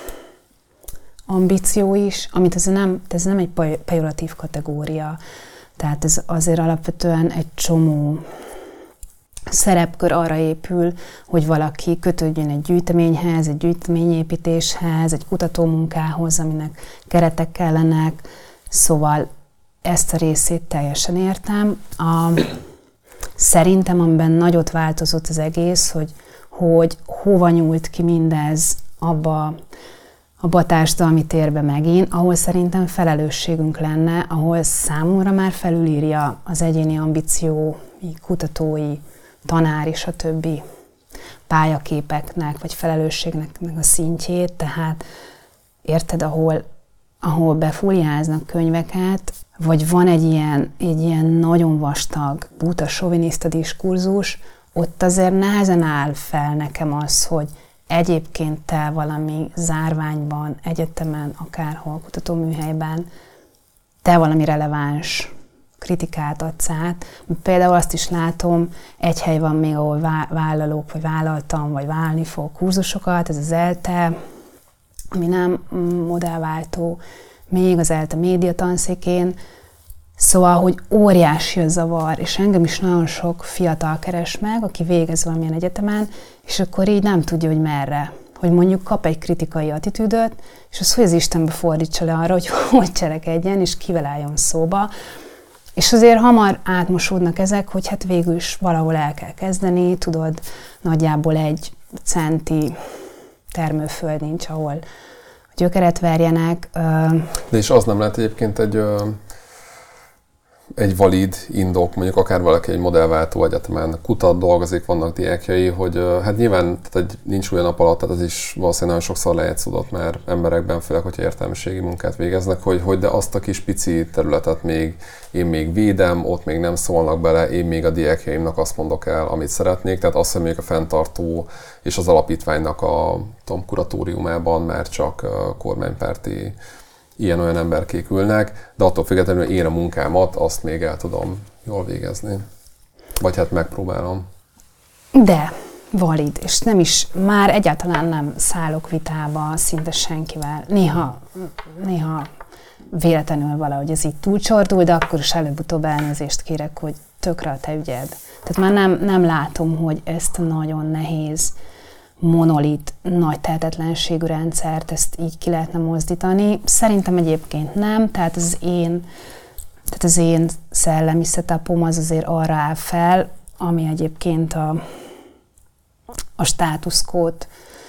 ambíció is, amit ez nem egy pejoratív kategória, tehát ez azért alapvetően egy csomó szerepkör arra épül, hogy valaki kötődjön egy gyűjteményhez, egy gyűjteményépítéshez, egy kutatómunkához, aminek keretek kellenek, szóval ezt a részét teljesen értem. Szerintem, amiben nagyot változott az egész, hogy hova nyúlt ki mindez abba a társadalmi térbe megint, ahol szerintem felelősségünk lenne, ahol számomra már felülírja az egyéni ambíció, kutatói, tanár és a többi pályaképeknek, vagy felelősségnek a szintjét, tehát érted, ahol befóliáznak könyveket, vagy van egy ilyen nagyon vastag, buta, soviniszta diskurzus, ott azért nehezen áll fel nekem az, hogy egyébként te valami zárványban, egyetemen, akárhol, kutatóműhelyben, te valami releváns kritikát adsz át. Például azt is látom, egy hely van még, ahol vállalok, vagy vállaltam, vagy válni fog kurzusokat, ez az ELTE, ami nem modellváltó, még az ELTE média tanszékén. Szóval, hogy óriási a zavar, és engem is nagyon sok fiatal keres meg, aki végez valamilyen egyetemen, és akkor így nem tudja, hogy merre. Hogy mondjuk kap egy kritikai attitűdöt, és az, hogy az Istenbe fordítsa le arra, hogy cselekedjen, és kivel álljon szóba. És azért hamar átmosódnak ezek, hogy hát végül is valahol el kell kezdeni, tudod, nagyjából 1 centi termőföld nincs, ahol gyökeret verjenek. De és az nem lehet egyébként egy valid indok, mondjuk akár valaki egy modellváltó egyetemen kutat, dolgozik, vannak diákjai, hogy hát nyilván tehát nincs olyan nap alatt, tehát ez is valószínűleg nagyon sokszor lejátszódott már emberekben, főleg, hogyha értelmiségi munkát végeznek, hogy de azt a kis pici területet én még védem, ott még nem szólnak bele, én még a diákjaimnak azt mondok el, amit szeretnék, tehát azt, hogy még a fenntartó és az alapítványnak a kuratóriumában már csak kormánypárti ilyen-olyan emberkék ülnek, de attól függetlenül én a munkámat azt még el tudom jól végezni. Vagy hát megpróbálom. De valid, és nem is, már egyáltalán nem szállok vitába szinte senkivel. Néha véletlenül valahogy ez így túlcsordul, de akkor is előbb-utóbb elnézést kérek, hogy tökre a te ügyed. Tehát már nem látom, hogy ezt a nagyon nehéz monolit, nagy tehetetlenségű rendszert, ezt így ki lehetne mozdítani. Szerintem egyébként nem, tehát az én szellemi setupom az azért arra áll fel, ami egyébként a státuszkót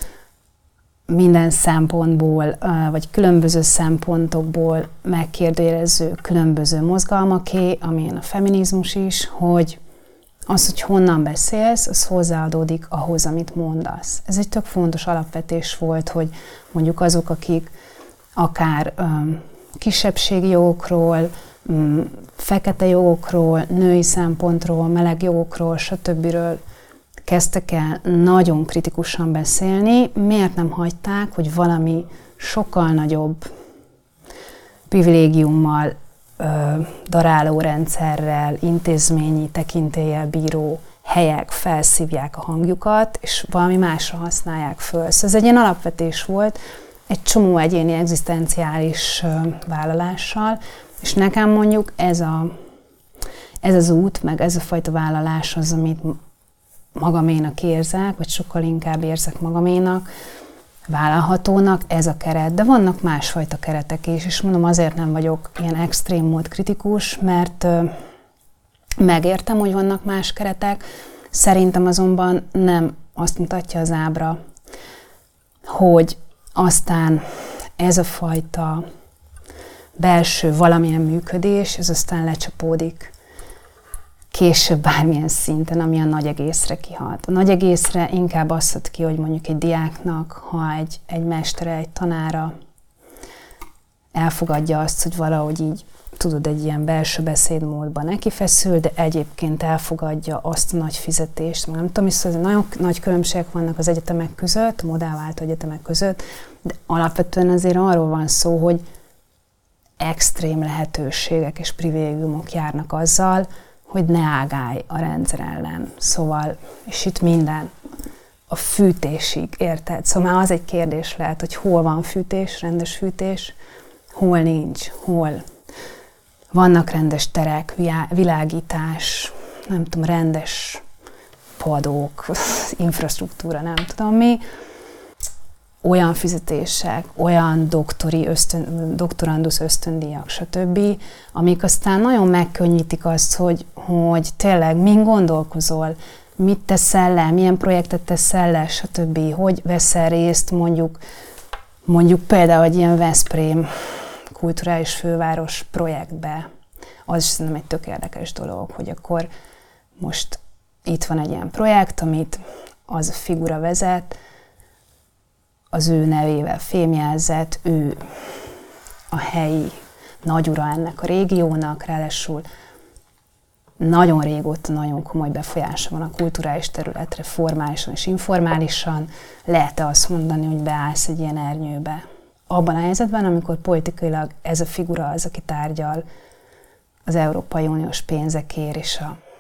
minden szempontból, vagy különböző szempontokból megkérdőjelező különböző mozgalmaké, amilyen a feminizmus is, hogy az, hogy honnan beszélsz, az hozzáadódik ahhoz, amit mondasz. Ez egy tök fontos alapvetés volt, hogy mondjuk azok, akik akár kisebbségi jogokról, fekete jogokról, női szempontról, meleg jogokról, stb. Kezdtek el nagyon kritikusan beszélni, miért nem hagyták, hogy valami sokkal nagyobb privilégiummal, daráló rendszerrel, intézményi tekintéllyel bíró helyek felszívják a hangjukat, és valami másra használják föl. Szóval ez egy ilyen alapvetés volt, egy csomó egyéni egzisztenciális vállalással, és nekem mondjuk ez az út, meg ez a fajta vállalás az, amit magaménak érzek, vagy sokkal inkább érzek magaménak, vállalhatónak, ez a keret, de vannak másfajta keretek is, és mondom, azért nem vagyok ilyen extrém mód kritikus, mert megértem, hogy vannak más keretek, szerintem azonban nem azt mutatja az ábra, hogy aztán ez a fajta belső valamilyen működés, ez aztán lecsapódik később bármilyen szinten, ami a nagy egészre kihat. A nagy egészre inkább azt ad ki, hogy mondjuk egy diáknak, ha egy mestere, egy tanára elfogadja azt, hogy valahogy így, tudod, egy ilyen belső beszédmódban nekifeszül, de egyébként elfogadja azt a nagy fizetést. Nem tudom, szóval nagyon nagy különbségek vannak az egyetemek között, a modellváltó egyetemek között, de alapvetően azért arról van szó, hogy extrém lehetőségek és privilégiumok járnak azzal, hogy ne ágálj a rendszer ellen. Szóval, és itt minden, a fűtésig, érted? Szóval már az egy kérdés lehet, hogy hol van fűtés, rendes fűtés, hol nincs, hol vannak rendes terek, világítás, nem tudom, rendes padok, infrastruktúra, nem tudom mi, olyan fizetések, olyan doktorandusz ösztöndíjak, stb., amik aztán nagyon megkönnyítik azt, hogy tényleg min gondolkozol, mit teszel le, milyen projektet teszel le, stb., hogy veszel részt mondjuk például egy ilyen Veszprém kulturális főváros projektbe. Az is szerintem egy tök érdekes dolog, hogy akkor most itt van egy ilyen projekt, amit az a figura vezet, az ő nevével fémjelzett, ő a helyi nagyura ennek a régiónak, ráadásul nagyon régóta nagyon komoly befolyása van a kulturális területre, formálisan és informálisan. Lehet-e azt mondani, hogy beállsz egy ilyen ernyőbe? Abban a helyzetben, amikor politikailag ez a figura az, aki tárgyal az Európai Uniós pénzekért és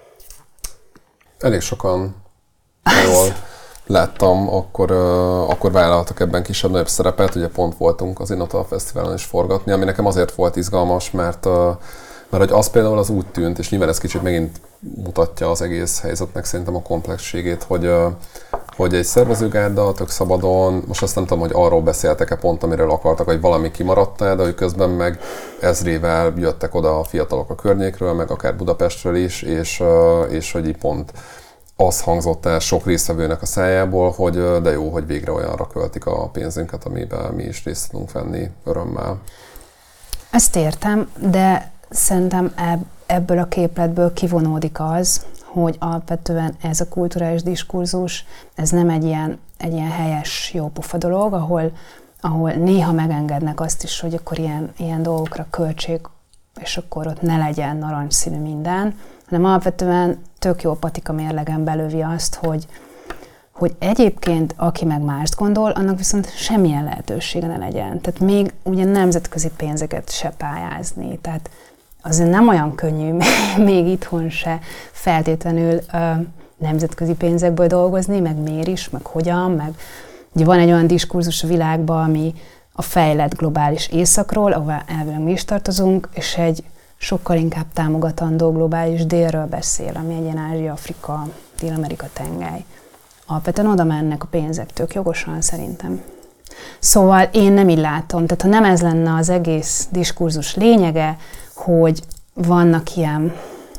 Elég sokan, jól láttam, akkor vállaltak ebben kisebb-nagyobb szerepet. Ugye pont voltunk az Innotal Fesztiválon is forgatni, ami nekem azért volt izgalmas, mert hogy az például az úgy tűnt, és nyilván ez kicsit megint mutatja az egész helyzetnek szerintem a komplexségét, hogy egy szervezőgárda tök szabadon, most azt nem tudom, hogy arról beszéltek-e pont, amiről akartak, hogy valami kimaradt-e, de hogy közben meg ezrével jöttek oda a fiatalok a környékről, meg akár Budapestről is, és hogy így pont az hangzott el sok résztvevőnek a szájából, hogy de jó, hogy végre olyanra költik a pénzünket, amiben mi is részt tudunk venni örömmel. Ezt értem, de szerintem ebből a képletből kivonódik az, hogy alapvetően ez a kulturális diskurzus, ez nem egy ilyen helyes, jópofa dolog, ahol néha megengednek azt is, hogy akkor ilyen dolgokra költség, és akkor ott ne legyen narancsszínű minden, hanem alapvetően tök jó patika mérlegen belövi azt, hogy egyébként aki meg mást gondol, annak viszont semmilyen lehetősége ne legyen. Tehát még ugye nemzetközi pénzeket se pályázni. Tehát azért nem olyan könnyű még itthon se feltétlenül nemzetközi pénzekből dolgozni, meg miért is, meg hogyan, meg ugye van egy olyan diskurzus a világban, ami a fejlett globális északról, ahová elvileg mi is tartozunk, és egy sokkal inkább támogatandó globális délről beszél, ami egy ilyen Ázsia-Afrika, Dél-Amerika tengely. Alapvetően oda mennek a pénzek tök jogosan szerintem. Szóval én nem így látom, tehát ha nem ez lenne az egész diskurzus lényege, hogy vannak ilyen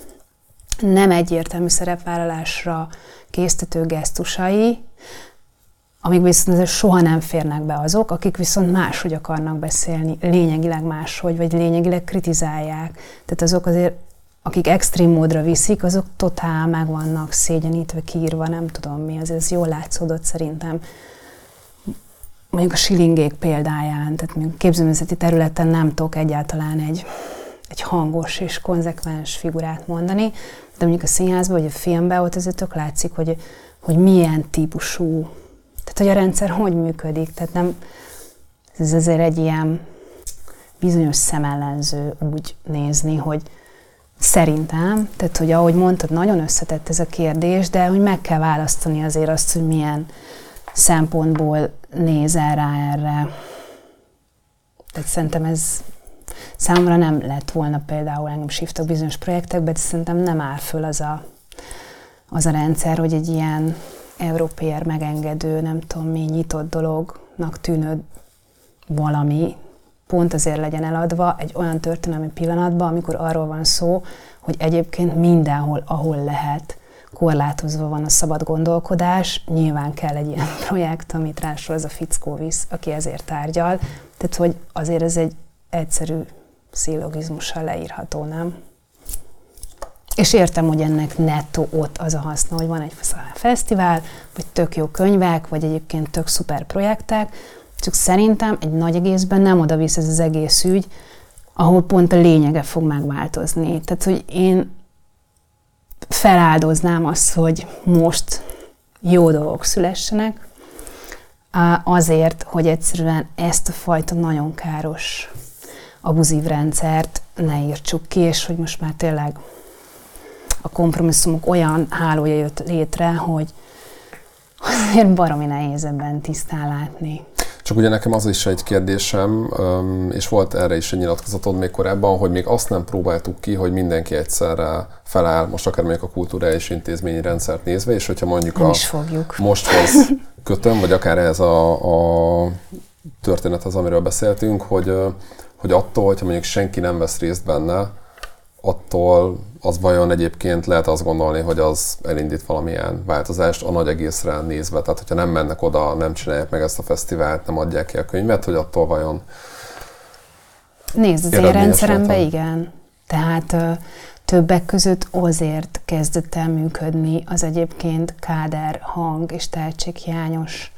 nem egyértelmű szerepvállalásra késztető gesztusai, amik viszont soha nem férnek be azok, akik viszont máshogy akarnak beszélni, lényegileg máshogy, vagy lényegileg kritizálják. Tehát azok azért, akik extrém módra viszik, azok totál meg vannak szégyenítve, kiírva, nem tudom mi, ez jól látszódott szerintem. Mondjuk a Schillingék példáján, tehát mondjuk képzőművészeti területen nem tudok egyáltalán egy hangos és konzekvens figurát mondani, de mondjuk a színházban, vagy a filmben ott azért tök látszik, hogy milyen típusú, tehát hogy a rendszer hogy működik. Tehát nem, ez azért egy ilyen bizonyos szemellenző úgy nézni, hogy szerintem, tehát hogy ahogy mondtad, nagyon összetett ez a kérdés, de hogy meg kell választani azért azt, hogy milyen szempontból nézel rá erre. Tehát szerintem ez számomra nem lett volna például engem shiftok bizonyos projektekbe, de szerintem nem áll föl az a rendszer, hogy egy ilyen európér megengedő, nem tudom mi, nyitott dolognak tűnő valami pont azért legyen eladva egy olyan történelmi pillanatban, amikor arról van szó, hogy egyébként mindenhol, ahol lehet, korlátozva van a szabad gondolkodás, nyilván kell egy ilyen projekt, amit rásoroz a fickó visz, aki ezért tárgyal. Tehát, hogy azért ez egy egyszerű szillogizmussal leírható, nem? És értem, hogy ennek nettó ott az a haszna, hogy van egy fesztivál, vagy tök jó könyvek, vagy egyébként tök szuper projektek, csak szerintem egy nagy egészben nem oda visz ez az egész ügy, ahol pont a lényege fog megváltozni. Tehát, hogy én feláldoznám azt, hogy most jó dolgok szülessenek, azért, hogy egyszerűen ezt a fajta nagyon káros, abuzív rendszert ne írtsuk ki, és hogy most már tényleg a kompromisszumok olyan hálója jött létre, hogy azért baromi nehéz ebben tisztán látni. Csak ugye nekem az is egy kérdésem, és volt erre is egy nyilatkozatod még korábban, hogy még azt nem próbáltuk ki, hogy mindenki egyszerre feláll, most akár mondjuk a kulturális intézményi rendszert nézve, és hogyha mondjuk mosthoz kötöm, vagy akár ez a történet az, amiről beszéltünk, hogy attól, hogyha mondjuk senki nem vesz részt benne, attól az vajon egyébként lehet azt gondolni, hogy az elindít valamilyen változást a nagy egészre nézve. Tehát, hogyha nem mennek oda, nem csinálják meg ezt a fesztivált, nem adják ki a könyvet, hogy attól vajon... Nézd, az én rendszeremben igen. Tehát többek között azért kezdett el működni az egyébként káder, hang és tehetséghiányos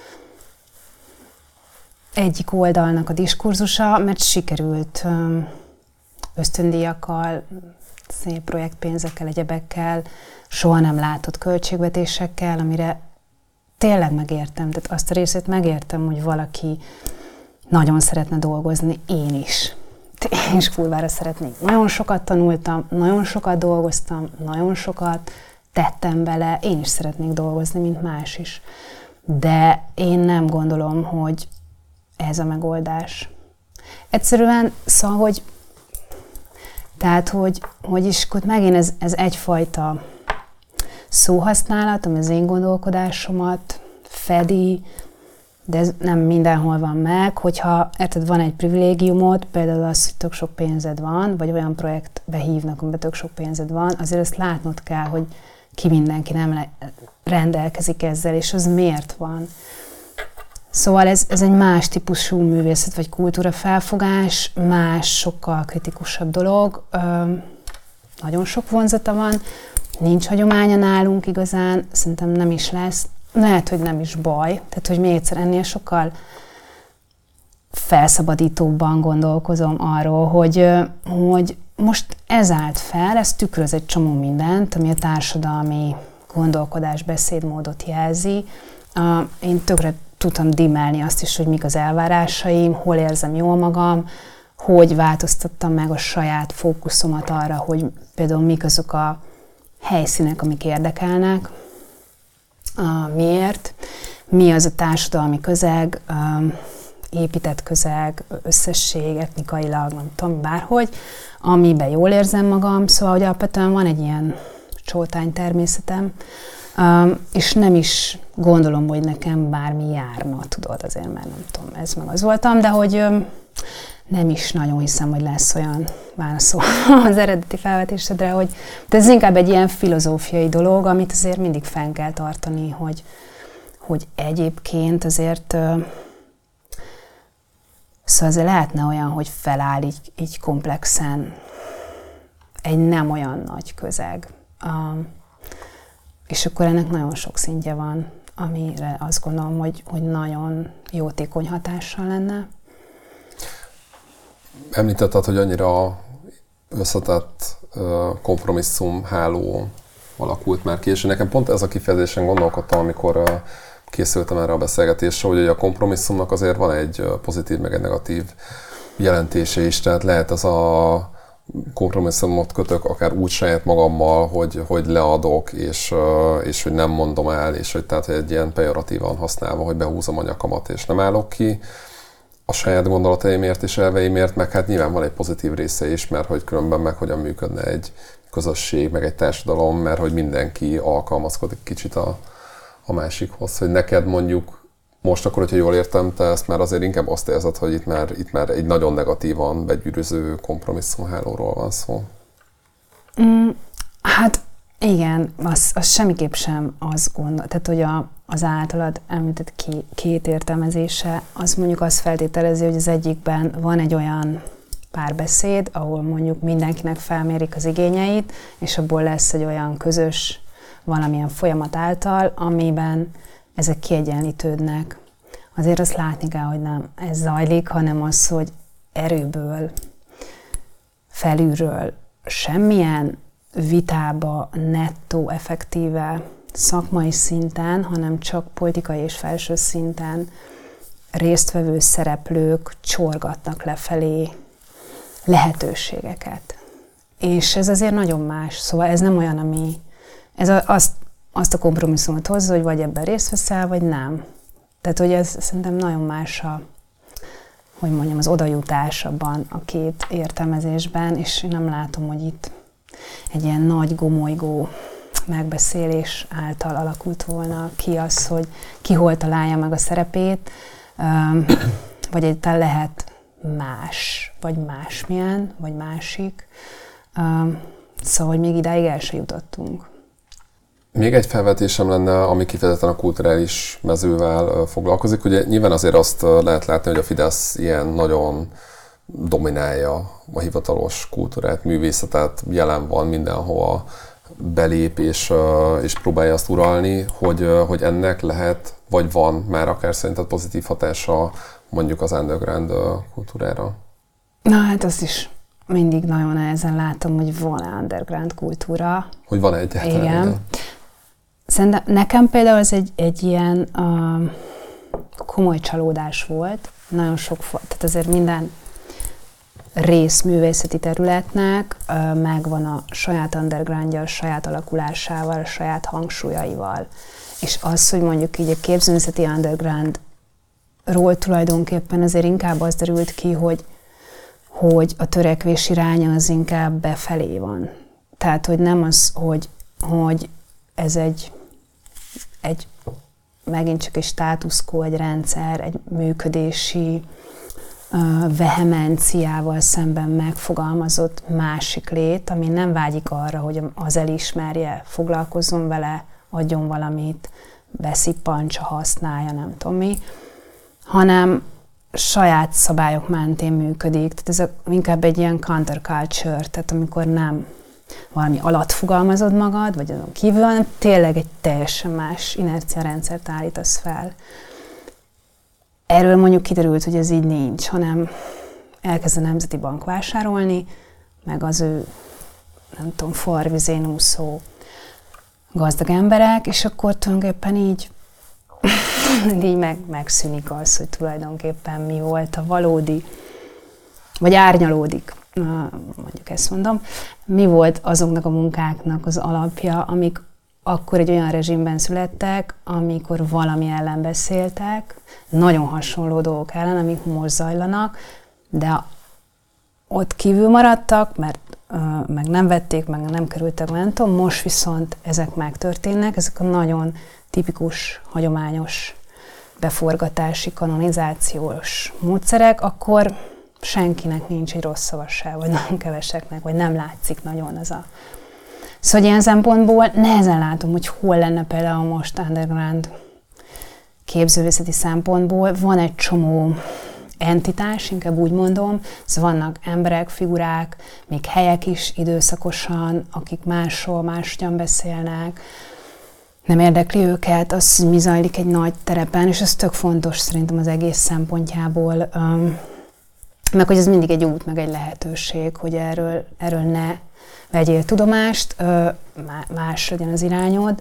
egyik oldalnak a diskurzusa, mert sikerült ösztöndíjakkal, szép projektpénzekkel, egyebekkel, soha nem látott költségvetésekkel, amire tényleg megértem, tehát azt a részét megértem, hogy valaki nagyon szeretne dolgozni, én is. én is kurvára szeretnék. Nagyon sokat tanultam, nagyon sokat dolgoztam, nagyon sokat tettem bele, én is szeretnék dolgozni, mint más is. De én nem gondolom, hogy ez a megoldás. Egyszerűen, szóval, hogy is akkor megint ez egyfajta szóhasználat, ami az én gondolkodásomat fedi, de ez nem mindenhol van meg, hogyha érted, van egy privilégiumod, például az, hogy tök sok pénzed van, vagy olyan projektbe hívnak, amiben tök sok pénzed van, azért ezt látnod kell, hogy ki mindenki nem rendelkezik ezzel, és az miért van. Szóval ez egy más típusú művészet, vagy kultúra felfogás, más, sokkal kritikusabb dolog. Nagyon sok vonzata van, nincs hagyománya nálunk igazán, szerintem nem is lesz. Lehet, hogy nem is baj, tehát hogy még egyszer ennél sokkal felszabadítóbban gondolkozom arról, hogy most ez állt fel, ez tükröz egy csomó mindent, ami a társadalmi gondolkodás, beszédmódot jelzi. Én tökre tudtam dimmelni azt is, hogy mik az elvárásaim, hol érzem jól magam, hogy változtattam meg a saját fókuszomat arra, hogy például mik azok a helyszínek, amik érdekelnek, miért, mi az a társadalmi közeg, épített közeg, összesség, etnikailag, nem tudom, bárhogy, amiben jól érzem magam, szóval hogy alapvetően van egy ilyen csótány természetem, és nem is gondolom, hogy nekem bármi járna, tudod, azért, mert nem tudom, ez meg az voltam, de hogy nem is nagyon hiszem, hogy lesz olyan válaszol az eredeti felvetésedre, hogy de ez inkább egy ilyen filozófiai dolog, amit azért mindig fenn kell tartani, hogy egyébként azért szóval azért lehetne olyan, hogy feláll így komplexen egy nem olyan nagy közeg. És akkor ennek nagyon sok szintje van, amire azt gondolom, hogy nagyon jótékony hatással lenne. Említetted, hogy annyira összetett kompromisszumháló alakult már ki, és nekem pont ez a kifejezésen gondolkodtam, amikor készültem erre a beszélgetésre, hogy a kompromisszumnak azért van egy pozitív, meg egy negatív jelentése is, tehát lehet ez a kompromisszumot kötök akár úgy saját magammal, hogy leadok, és hogy nem mondom el, és hogy tehát egy ilyen pejoratívan használva, hogy behúzom a nyakamat, és nem állok ki a saját gondolataimért és elveimért, meg hát nyilván van egy pozitív része is, mert hogy különben meg hogyan működne egy közösség, meg egy társadalom, mert hogy mindenki alkalmazkodik kicsit a másikhoz, hogy neked mondjuk most akkor, hogyha jól értem, te ezt már azért inkább azt érzed, hogy itt már egy nagyon negatívan begyűrűző kompromisszumhálóról van szó. Hát igen, az semmiképp sem azt gondol, tehát hogy az általad említett két értelmezése, az mondjuk azt feltételezi, hogy az egyikben van egy olyan párbeszéd, ahol mondjuk mindenkinek felmérik az igényeit, és abból lesz egy olyan közös valamilyen folyamat által, amiben ezek kiegyenlítődnek. Azért azt látni kell, hogy nem ez zajlik, hanem az, hogy erőből, felülről semmilyen vitába, nettó, effektíve, szakmai szinten, hanem csak politikai és felső szinten résztvevő szereplők csorgatnak lefelé lehetőségeket. És ez azért nagyon más. Szóval ez nem olyan, ami... Ez azt a kompromisszumot hozza, hogy vagy ebben részt veszel, vagy nem. Tehát, hogy ez szerintem nagyon más hogy mondjam, az odajutás abban a két értelmezésben, és én nem látom, hogy itt egy ilyen nagy gomolygó megbeszélés által alakult volna ki az, hogy ki hol találja meg a szerepét, vagy egyáltalán lehet más, vagy másmilyen, vagy másik. Szóval, hogy még idáig el se jutottunk. Még egy felvetésem lenne, ami kifejezetten a kulturális mezővel foglalkozik. Ugye nyilván azért azt lehet látni, hogy a Fidesz ilyen nagyon dominálja a hivatalos kultúrát, művészetet, jelen van mindenhova, belép és próbálja azt uralni, hogy ennek lehet, vagy van már akár szerinted pozitív hatása mondjuk az underground kultúrára? Na hát azt is mindig nagyon nehezen látom, hogy van-e underground kultúra. Hogy van-e egyáltalán? Igen. Szerintem nekem például ez egy ilyen komoly csalódás volt. Nagyon sok, tehát azért minden részművészeti területnek megvan a saját undergroundja, a saját alakulásával, a saját hangsúlyaival. És az, hogy mondjuk így a képzőművészeti undergroundról tulajdonképpen azért inkább az derült ki, hogy a törekvés iránya az inkább befelé van. Tehát, hogy nem az, hogy ez egy megint csak egy status quo, egy rendszer, egy működési vehemenciával szemben megfogalmazott másik lét, ami nem vágyik arra, hogy az elismerje, foglalkozzon vele, adjon valamit, beszippantsa, használja, nem tudom mi, hanem saját szabályok mentén működik. Tehát ez inkább egy ilyen counterculture, tehát amikor nem valami alatt fogalmazod magad, vagy azon kívül, hanem tényleg egy teljesen más inerciarendszert állítasz fel. Erről mondjuk kiderült, hogy ez így nincs, hanem elkezd a Nemzeti Bank vásárolni, meg az ő, nem tudom, farvizén úszó gazdag emberek, és akkor tulajdonképpen így megszűnik az, hogy tulajdonképpen mi volt a valódi, vagy árnyalódik, mondjuk ezt mondom, mi volt azoknak a munkáknak az alapja, amik akkor egy olyan rezsimben születtek, amikor valami ellen beszéltek, nagyon hasonló dolgok ellen, amik most zajlanak, de ott kívül maradtak, mert meg nem vették, meg nem kerültek, nem tudom, most viszont ezek megtörténnek, ezek a nagyon tipikus, hagyományos beforgatási, kanonizációs módszerek, akkor senkinek nincs egy rossz szava se, vagy nagyon keveseknek, vagy nem látszik nagyon az a... Szóval ilyen szempontból nehezen látom, hogy hol lenne például most underground képzőművészeti szempontból. Van egy csomó entitás, inkább úgy mondom, szóval vannak emberek, figurák, még helyek is időszakosan, akik másról máshogyan beszélnek, nem érdekli őket, az, mi zajlik egy nagy terepen, és ez tök fontos szerintem az egész szempontjából, meg hogy ez mindig egy út, meg egy lehetőség, hogy erről ne vegyél tudomást, más legyen az irányod.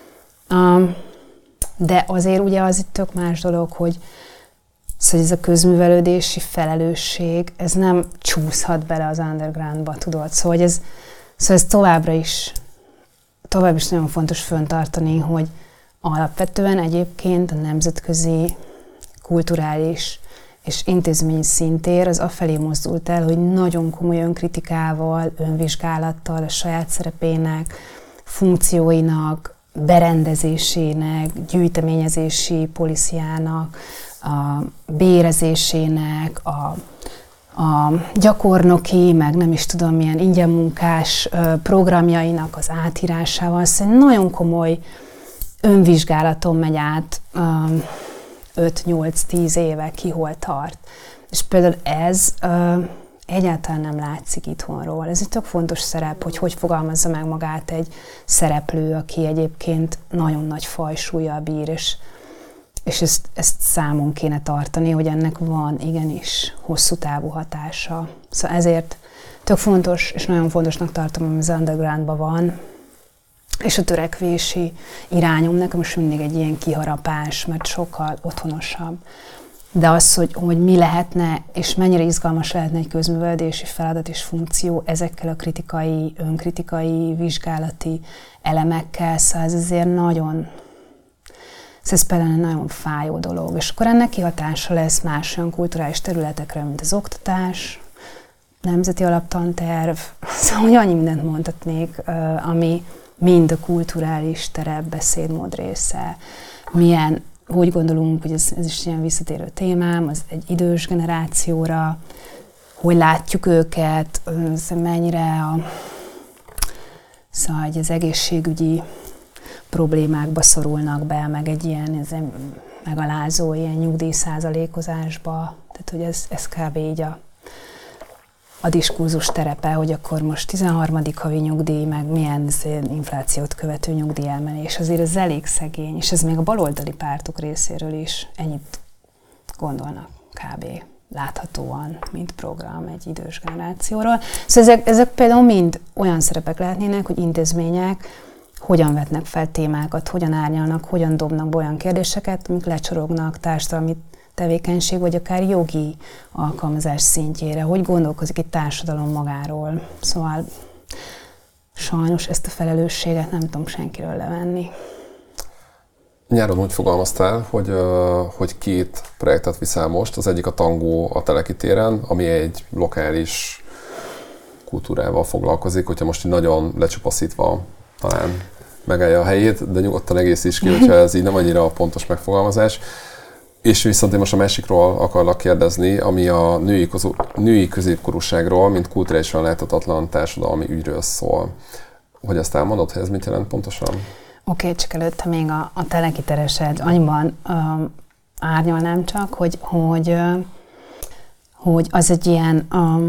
De azért ugye az itt tök más dolog, hogy szóval ez a közművelődési felelősség, ez nem csúszhat bele az undergroundba, tudod. Szóval ez továbbra is nagyon fontos fenntartani, hogy alapvetően egyébként a nemzetközi, kulturális és intézményi szintér az afelé mozdult el, hogy nagyon komoly önkritikával, önvizsgálattal, a saját szerepének, funkcióinak, berendezésének, gyűjteményezési policyának, a bérezésének, a gyakornoki, meg nem is tudom milyen ingyenmunkás programjainak az átírásával. Szóval nagyon komoly önvizsgálaton megy át 5-8-10 éve ki hol tart. És például ez egyáltalán nem látszik itthonról. Ez egy tök fontos szerep, hogy fogalmazza meg magát egy szereplő, aki egyébként nagyon nagy fajsúllyal bír, és ezt számon kéne tartani, hogy ennek van igenis hosszú távú hatása. Szóval ezért tök fontos, és nagyon fontosnak tartom, hogy az undergroundban van, és a törekvési irányom nekem most mindig egy ilyen kiharapás, mert sokkal otthonosabb. De az, hogy mi lehetne, és mennyire izgalmas lehetne egy közművelődési feladat és funkció ezekkel a kritikai, önkritikai, vizsgálati elemekkel, szóval ez azért nagyon... Ez például egy nagyon fájó dolog, és akkor ennek kihatása lesz más olyan kulturális területekre, mint az oktatás, nemzeti alaptanterv, szóval hogy annyi mindent mondhatnék, ami mind a kulturális terep, beszédmód része, milyen, hogy gondolunk, hogy ez is ilyen visszatérő témám, az egy idős generációra, hogy látjuk őket, mennyire szóval az egészségügyi problémákba szorulnak be, meg egy ilyen megalázó ilyen nyugdíjszázalékozásba. Tehát, hogy ez kb. Így a diskurzus terepe, hogy akkor most 13. havi nyugdíj, meg milyen inflációt követő nyugdíjelmenés. Azért ez elég szegény, és ez még a baloldali pártok részéről is ennyit gondolnak kb. Láthatóan, mint program egy idős generációról. Szóval ezek például mind olyan szerepek lehetnének, hogy intézmények hogyan vetnek fel témákat, hogyan árnyalnak, hogyan dobnak be olyan kérdéseket, amik lecsorognak tevékenység, vagy akár jogi alkalmazás szintjére, hogy gondolkozik egy társadalom magáról. Szóval sajnos ezt a felelősséget nem tudom senkiről levenni. Nyáron úgy fogalmaztál, hogy két projektet viszel most. Az egyik a Tangó a Teleki téren, ami egy lokális kultúrával foglalkozik, hogyha most így nagyon lecsupaszítva talán megállja a helyét, de nyugodtan egészíts ki, hogyha ez így nem annyira a pontos megfogalmazás. És viszont én most a másikról akarlak kérdezni, ami a női középkorúságról, mint kulturálisan láthatatlan társadalmi ügyről szól. Hogy ezt elmondod, hogy ez mit jelent pontosan? Oké, csak előtte még a Teleki tereset annyiban árnyalnám csak, hogy az egy ilyen,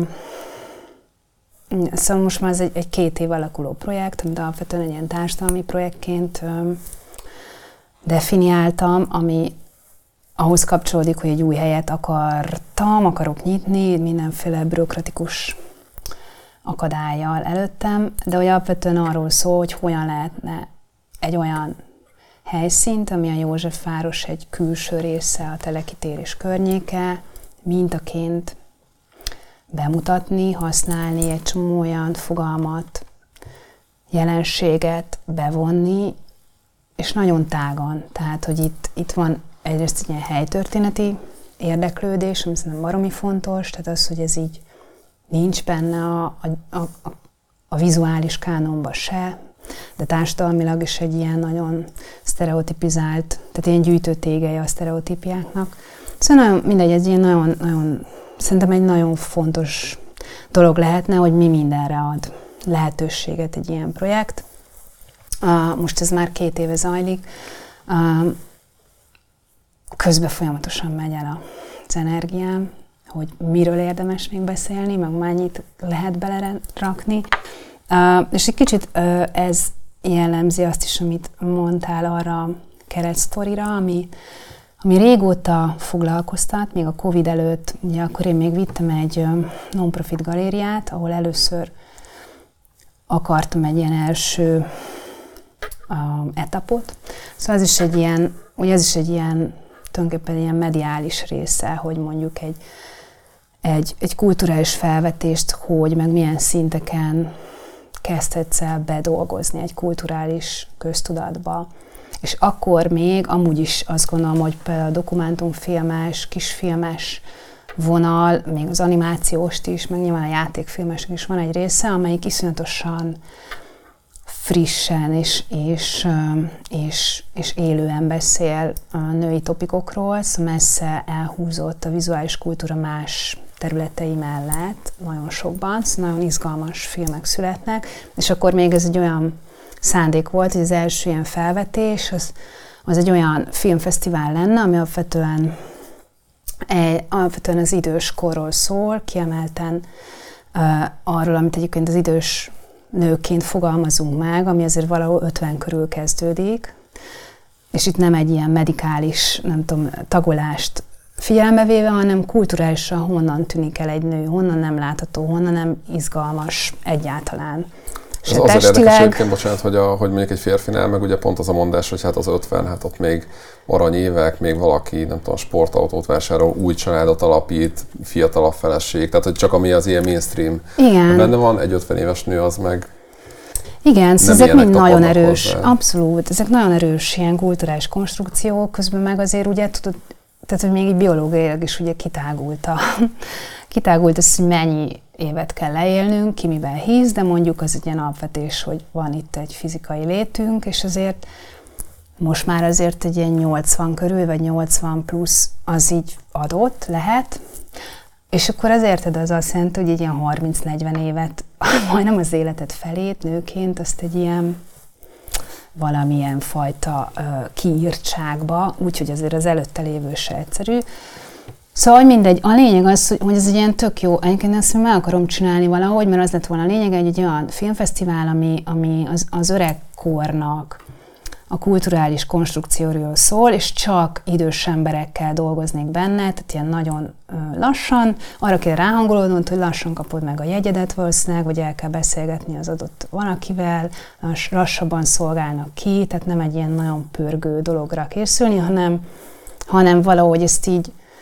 szóval most már ez egy 2 év alakuló projekt, amit alapvetően egy ilyen társadalmi projektként definiáltam, ami ahhoz kapcsolódik, hogy egy új helyet akarok nyitni, mindenféle bürokratikus akadályjal előttem, de hogy alapvetően arról szól, hogy hogyan lehetne egy olyan helyszínt, ami a Józsefváros egy külső része, a Teleki tér és környéke, mintaként bemutatni, használni, egy csomó olyan fogalmat, jelenséget bevonni, és nagyon tágan. Tehát, hogy itt van egyrészt egy ilyen helytörténeti érdeklődés, ami szerintem baromi fontos, tehát az, hogy ez így nincs benne a vizuális kánonban se, de társadalmilag is egy ilyen nagyon sztereotipizált, tehát ilyen gyűjtőtégelye a sztereotípiáknak. Szóval nagyon, mindegy, ez ilyen nagyon, szerintem egy nagyon fontos dolog lehetne, hogy mi mindenre ad lehetőséget egy ilyen projekt. Most ez már 2 éve zajlik. Közben folyamatosan megy el az energiám, hogy miről érdemes még beszélni, meg mennyit lehet belerakni. És egy kicsit ez jellemzi azt is, amit mondtál arra a keretsztorira, ami régóta foglalkoztat, még a Covid előtt, ugye akkor én még vittem egy non-profit galériát, ahol először akartam egy ilyen első etapot. Szóval ez is egy ilyen, tulajdonképpen ilyen mediális része, hogy mondjuk egy kulturális felvetést, hogy meg milyen szinteken kezdhetsz el bedolgozni egy kulturális köztudatba. És akkor még amúgy is azt gondolom, hogy például a dokumentumfilmes, kisfilmes vonal, még az animációst is, meg nyilván a játékfilmesnek is van egy része, amelyik iszonyatosan frissen és élően beszél a női topikokról, szóval messze elhúzott a vizuális kultúra más területei mellett nagyon sokban, szóval nagyon izgalmas filmek születnek, és akkor még ez egy olyan szándék volt, hogy az első ilyen felvetés, az egy olyan filmfesztivál lenne, ami alapvetően az idős korról szól, kiemelten arról, amit egyébként az idős nőként fogalmazunk meg, ami azért valahol 50 körül kezdődik, és itt nem egy ilyen medikális, nem tudom, tagolást figyelembe véve, hanem kulturálisan honnan tűnik el egy nő, honnan nem látható, honnan nem izgalmas egyáltalán. Ez azért érdekes egyébként, bocsánat, hogy mondjuk egy férfinál, meg ugye pont az a mondás, hogy hát az 50, hát ott még aranyévek, még valaki, nem tudom, sportautót vásárol, új családot alapít, fiatalabb feleség, tehát hogy csak ami az ilyen mainstream. Igen. Benne van, egy 50 éves nő az meg. Igen, szóval ezek mind nagyon erős, hozzá. Abszolút, ezek nagyon erős ilyen kulturális konstrukciók, közben meg azért ugye tudod, tehát hogy még így biológiailag is ugye kitágult az, hogy mennyi évet kell leélnünk, ki miben hisz, de mondjuk az egy ilyen alapvetés, hogy van itt egy fizikai létünk, és azért most már azért egy ilyen 80 körül, vagy 80 plusz az így adott, lehet, és akkor az érted, az azt jelenti, hogy egy ilyen 30-40 évet, majdnem az életed felét nőként, azt egy ilyen valamilyen fajta kiírtságba, úgyhogy azért az előtte lévő se egyszerű. Szóval mindegy, a lényeg az, hogy ez egy ilyen tök jó, egyébként ezt meg akarom csinálni valahogy, mert az lett volna a lényeg, egy olyan filmfesztivál, ami az öregkornak a kulturális konstrukcióról szól, és csak idős emberekkel dolgoznék benne, tehát ilyen nagyon lassan, arra kell ráhangolódnod, hogy lassan kapod meg a jegyedet valószínűleg, vagy el kell beszélgetni az adott valakivel, lassabban szolgálnak ki, tehát nem egy ilyen nagyon pörgő dologra készülni, hanem valahogy ezt így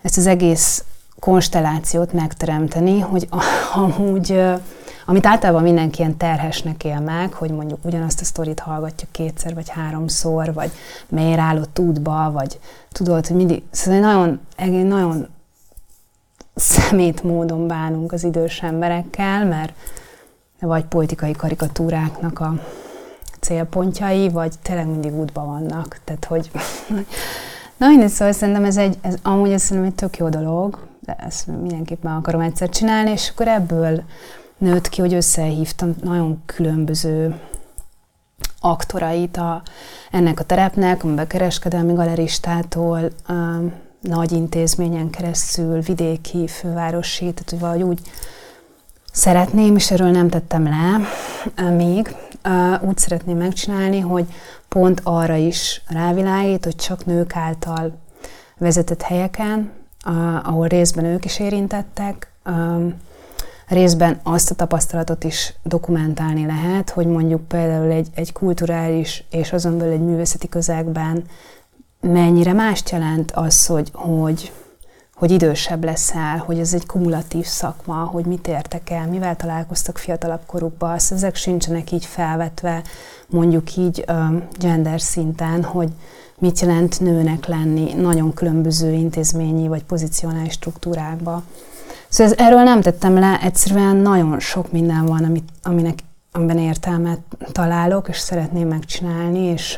ezt az egész konstellációt megteremteni, hogy amúgy, amit általában mindenki ilyen terhesnek él meg, hogy mondjuk ugyanazt a sztorit hallgatja 2-szer vagy 3-szor, vagy miért állott útba, vagy tudod, hogy mindig, szóval nagyon szemét módon bánunk az idős emberekkel, mert vagy politikai karikatúráknak a célpontjai, vagy tényleg mindig útban vannak. Tehát, hogy... Na, én szóval szerintem amúgy ez szerintem egy tök jó dolog, de ezt mindenképpen akarom egyszer csinálni, és akkor ebből nőtt ki, hogy összehívtam nagyon különböző aktorait ennek a terepnek, amiben kereskedelmi galeristától, nagy intézményen keresztül, vidéki, fővárosi, tehát hogy valahogy úgy szeretném, és erről nem tettem le még, úgy szeretném megcsinálni, hogy pont arra is rávilágít, hogy csak nők által vezetett helyeken, ahol részben ők is érintettek, részben azt a tapasztalatot is dokumentálni lehet, hogy mondjuk például egy kulturális és azon belül egy művészeti közegben mennyire mást jelent az, hogy idősebb leszel, hogy ez egy kumulatív szakma, hogy mit értek el, mivel találkoztak fiatalabb korukban, ezek sincsenek így felvetve, mondjuk így gender szinten, hogy mit jelent nőnek lenni nagyon különböző intézményi vagy pozícionális struktúrákba. Szóval erről nem tettem le, egyszerűen nagyon sok minden van, amiben értelmet találok, és szeretném megcsinálni,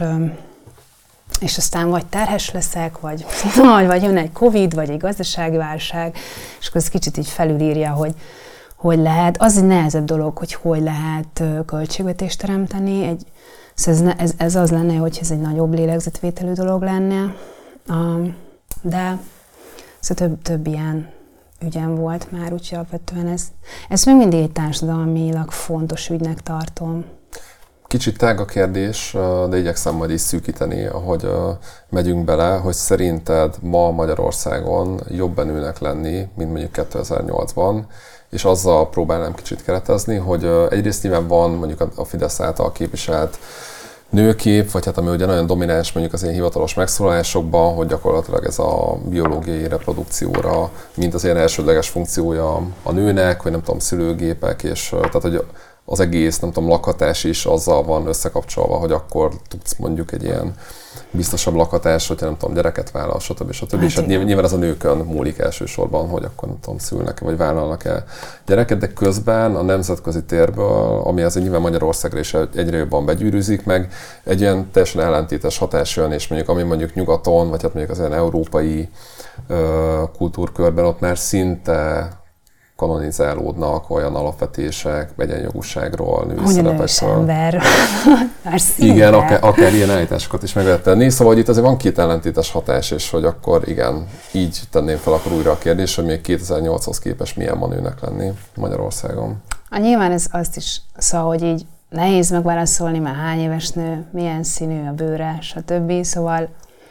és aztán vagy terhes leszek, vagy jön egy Covid, vagy egy gazdasági válság, és akkor ez kicsit így felülírja, hogy lehet. Az egy nehezebb dolog, hogy lehet költségvetést teremteni. Szóval ez az lenne, hogy ez egy nagyobb lélegzetvételű dolog lenne, de szóval több ilyen ügyem volt már, úgyhogy alapvetően ez még mindig egy társadalmilag fontos ügynek tartom. Kicsit tág a kérdés, de igyekszem majd is szűkíteni, ahogy megyünk bele, hogy szerinted ma Magyarországon jobban nőnek lenni, mint mondjuk 2008-ban, és azzal próbálnám kicsit keretezni, hogy egyrészt nyilván van mondjuk a Fidesz által képviselt nőkép, vagy hát ami ugye nagyon domináns mondjuk az ilyen hivatalos megszólalásokban, hogy gyakorlatilag ez a biológiai reprodukcióra, mint az ilyen elsődleges funkciója a nőnek, vagy nem tudom, szülőgépek, és tehát, hogy az egész, nem tudom, lakhatás is azzal van összekapcsolva, hogy akkor tudsz mondjuk egy ilyen biztosabb lakhatás, hogyha nem tudom, gyereket vállal, stb. Hát és hát nyilván ez a nőkön múlik elsősorban, hogy akkor nem tudom, szülnek vagy vállalnak-e gyereket, de közben a nemzetközi térből, ami azért nyilván Magyarországra is egyre jobban begyűrűzik meg, egy ilyen teljesen ellentétes hatás jön, és mondjuk ami mondjuk nyugaton, vagy hát mondjuk az ilyen európai kultúrkörben ott már szinte kanonizálódnak olyan alapvetések, egyenjogúságról, női szerepekről. Ember. Igen, akár ilyen állításokat is meg lehet tenni. Szóval hogy itt azért van két ellentétes hatás, és hogy akkor igen, így tenném fel akkor újra a kérdés, hogy még 2008-hoz képest milyen ma nőnek lenni Magyarországon. Nyilván ez azt is, szóval, hogy így nehéz megválaszolni, már hány éves nő, milyen színű a bőre, stb. Szóval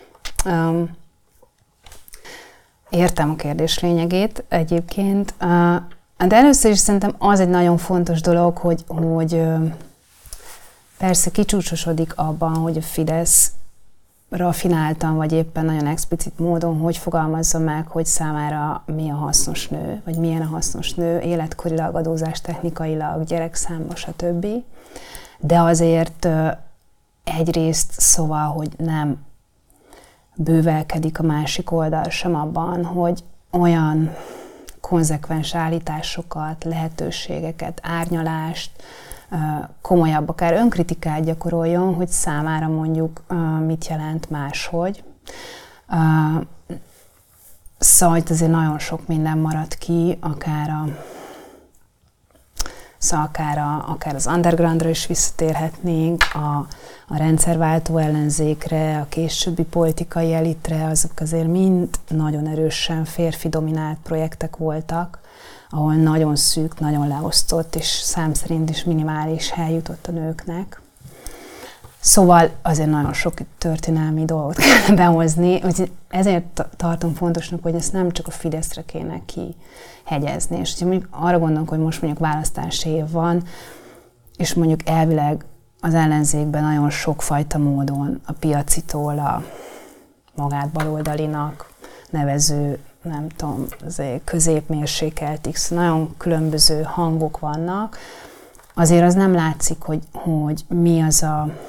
értem a kérdés lényegét egyébként, de először is szerintem az egy nagyon fontos dolog, hogy persze kicsúcsosodik abban, hogy a Fidesz rafináltan, vagy éppen nagyon explicit módon, hogy fogalmazza meg, hogy számára mi a hasznos nő, vagy milyen a hasznos nő, életkorilag, adózástechnikailag, gyerekszámba, stb. De azért egyrészt szóval, hogy nem bővelkedik a másik oldal sem abban, hogy olyan konzekvens állításokat, lehetőségeket, árnyalást, komolyabb, akár önkritikát gyakoroljon, hogy számára mondjuk mit jelent máshogy. Szóval azért nagyon sok minden maradt ki, akár az undergroundra is visszatérhetnénk, a rendszerváltó ellenzékre, a későbbi politikai elitre, azok azért mind nagyon erősen férfi dominált projektek voltak, ahol nagyon szűk, nagyon leosztott, és szám szerint is minimális hely jutott a nőknek. Szóval azért nagyon sok történelmi dolgot kell behozni, úgyhogy ezért tartom fontosnak, hogy ezt nem csak a Fideszre kéne kihegyezni. És hogyha mondjuk arra gondolok, hogy most mondjuk választási év van, és mondjuk elvileg az ellenzékben nagyon sokfajta módon a piacitól a magát baloldalinak nevező nem tudom, középmérsékelt X, nagyon különböző hangok vannak, azért az nem látszik, hogy mi az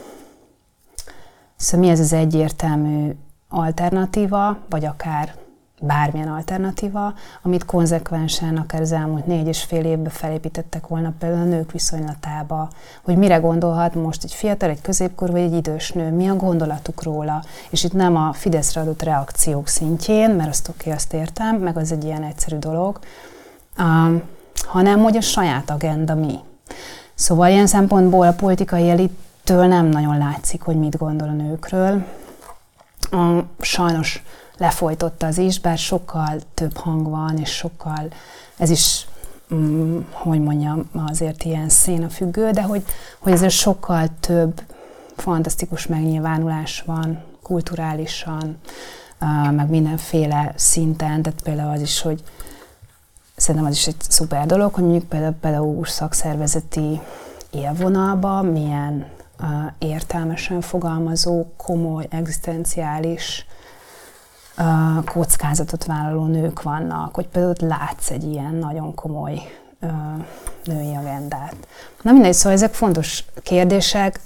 mi az egyértelmű alternatíva, vagy akár bármilyen alternatíva, amit konzekvensen akár az elmúlt 4,5 évben felépítettek volna például a nők viszonylatába, hogy mire gondolhat most egy fiatal, egy középkor vagy egy idős nő, mi a gondolatuk róla, és itt nem a Fideszre adott reakciók szintjén, mert azt azt értem, meg az egy ilyen egyszerű dolog, hanem hogy a saját agenda mi. Szóval ilyen szempontból a politikai elittől nem nagyon látszik, hogy mit gondol a nőkről. Sajnos lefolytotta az is, bár sokkal több hang van, és sokkal, ez is, hogy mondjam, azért ilyen szénafüggő, de hogy ezért sokkal több fantasztikus megnyilvánulás van, kulturálisan, meg mindenféle szinten, tehát például az is, hogy szerintem az is egy szuper dolog, hogy mondjuk például pedagógus szakszervezeti élvonalban milyen értelmesen fogalmazó, komoly, egzisztenciális kockázatot vállaló nők vannak, hogy például látsz egy ilyen nagyon komoly női agendát. Na mindegy, szóval ezek fontos kérdések.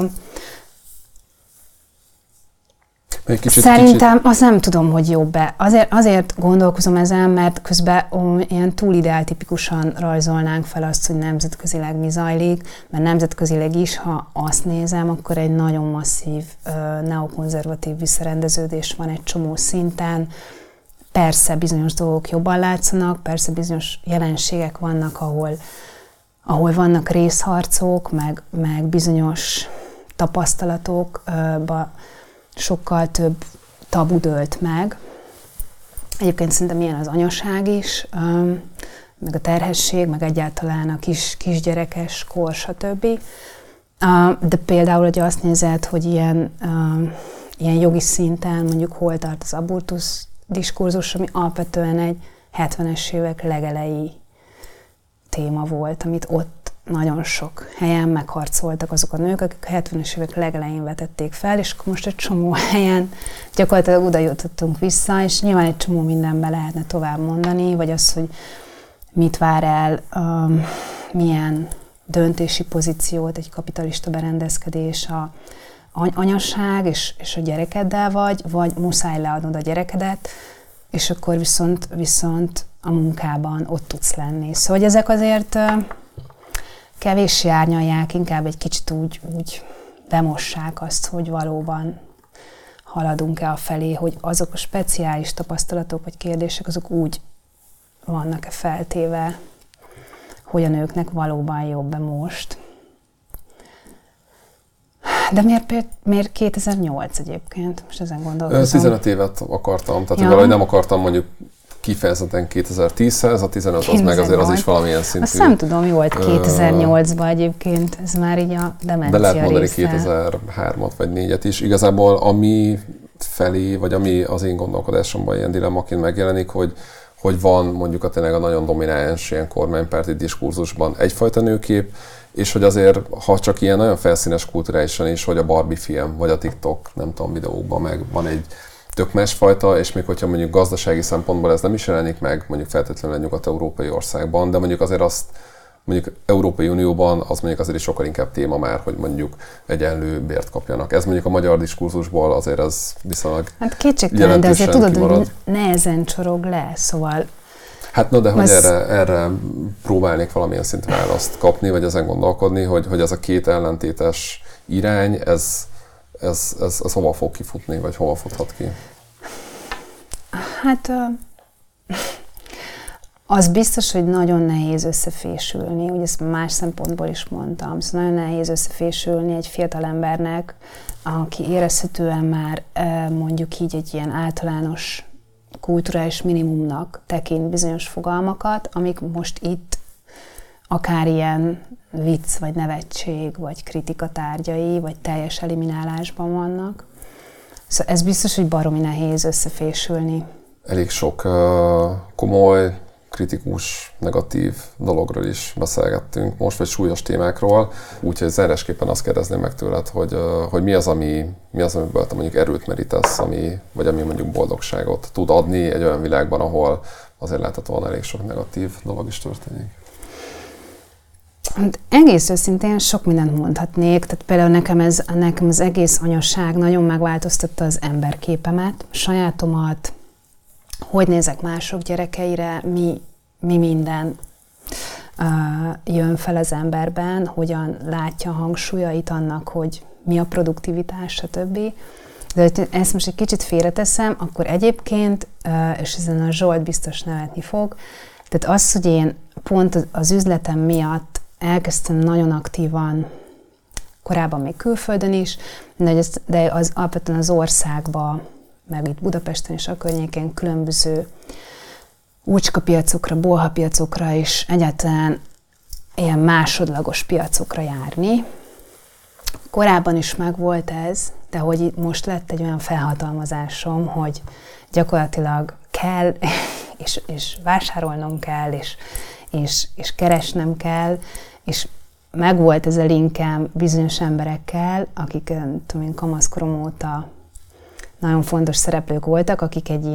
Szerintem azt nem tudom, hogy jobb-e. Azért gondolkozom ezen, mert közben ilyen túl ideáltipikusan rajzolnánk fel azt, hogy nemzetközileg mi zajlik, mert nemzetközileg is, ha azt nézem, akkor egy nagyon masszív neokonzervatív visszarendeződés van egy csomó szinten. Persze bizonyos dolgok jobban látszanak, persze bizonyos jelenségek vannak, ahol vannak részharcok, meg bizonyos tapasztalatokba sokkal több tabu dőlt meg. Egyébként szerintem ilyen az anyaság is, meg a terhesség, meg egyáltalán a kisgyerekes kor, stb. De például, hogy azt nézed, hogy ilyen jogi szinten mondjuk hol tart az abortusz diskurzus, ami alapvetően egy 70-es évek legelejé téma volt, amit ott nagyon sok helyen megharcoltak azok a nők, akik a 70-es évek legelején vetették fel, és akkor most egy csomó helyen gyakorlatilag oda jutottunk vissza, és nyilván egy csomó mindenben lehetne tovább mondani, vagy az, hogy mit vár el, milyen döntési pozíciót egy kapitalista berendezkedés a anyaság és a gyerekeddel vagy muszáj leadnod a gyerekedet, és akkor viszont a munkában ott tudsz lenni. Szóval ezek azért kevéssé árnyalják, inkább egy kicsit úgy bemossák azt, hogy valóban haladunk-e afelé, hogy azok a speciális tapasztalatok vagy kérdések, azok úgy vannak-e feltéve, hogy a nőknek valóban jobb-e most. De miért 2008 egyébként? Most ezen gondolkozom. 15 évet akartam, tehát valahogy nem akartam mondjuk kifejezetten 2010-hez, a 15 az meg azért az is valamilyen szintű. Azt nem tudom, jó volt 2008-ban egyébként, ez már így a demencia de lehet mondani része. 2003-at vagy 4-et is. Igazából ami felé, vagy ami az én gondolkodásomban ilyen dilemmaként megjelenik, hogy van mondjuk tényleg a nagyon domináns ilyen kormánypárti diskurzusban egyfajta nőkép, és hogy azért, ha csak ilyen nagyon felszínes kulturálisan is, hogy a Barbie film, vagy a TikTok, nem tudom, videókban meg van egy tök másfajta, és még hogyha mondjuk gazdasági szempontból ez nem is jelenik meg, mondjuk feltétlenül egy nyugat-európai országban, de mondjuk azért azt, mondjuk Európai Unióban az mondjuk azért is sokkal inkább téma már, hogy mondjuk egyenlő bért kapjanak. Ez mondjuk a magyar diskurzusból azért ez viszonylag hát kétségtelen, de azért tudod, hogy nehezen csorog le, szóval... Hát no, de hogy erre próbálnék valamilyen szintű választ kapni, vagy ezen gondolkodni, hogy ez a két ellentétes irány, ez hova fog kifutni, vagy hova futhat ki? Hát az biztos, hogy nagyon nehéz összefésülni, ugye ezt más szempontból is mondtam, szóval nagyon nehéz összefésülni egy fiatal embernek, aki érezhetően már mondjuk így egy ilyen általános kulturális minimumnak tekint bizonyos fogalmakat, amik most itt akár ilyen vicc, vagy nevetség, vagy kritika tárgyai, vagy teljes eliminálásban vannak. Szóval ez biztos, hogy baromi nehéz összefésülni. Elég sok komoly kritikus, negatív dologról is beszélgettünk most, vagy súlyos témákról, úgyhogy zárásképpen azt kérdezném meg tőled, hogy mi az, amiből te mondjuk erőt merítesz, vagy ami mondjuk boldogságot tud adni egy olyan világban, ahol azért láthatóan elég sok negatív dolog is történik. Hát egész őszintén sok mindent mondhatnék, tehát például nekem az egész anyaság nagyon megváltoztatta az emberképemet, sajátomat, hogy nézek mások gyerekeire, mi minden jön fel az emberben, hogyan látja a hangsúlyait annak, hogy mi a produktivitás, stb. De ezt most egy kicsit félreteszem, akkor egyébként, és ezen a Zsolt biztos nevetni fog, tehát az, hogy én pont az üzletem miatt elkezdtem nagyon aktívan, korábban még külföldön is, de az alapvetően az országban, meg itt Budapesten és a környékén különböző úcskapiacokra, bolhapiacokra és egyáltalán ilyen másodlagos piacokra járni. Korábban is megvolt ez, de hogy itt most lett egy olyan felhatalmazásom, hogy gyakorlatilag kell, és vásárolnom kell, és keresnem kell, és megvolt ez a linkem bizonyos emberekkel, akik tudom én, kamaszkorom óta nagyon fontos szereplők voltak, akik egy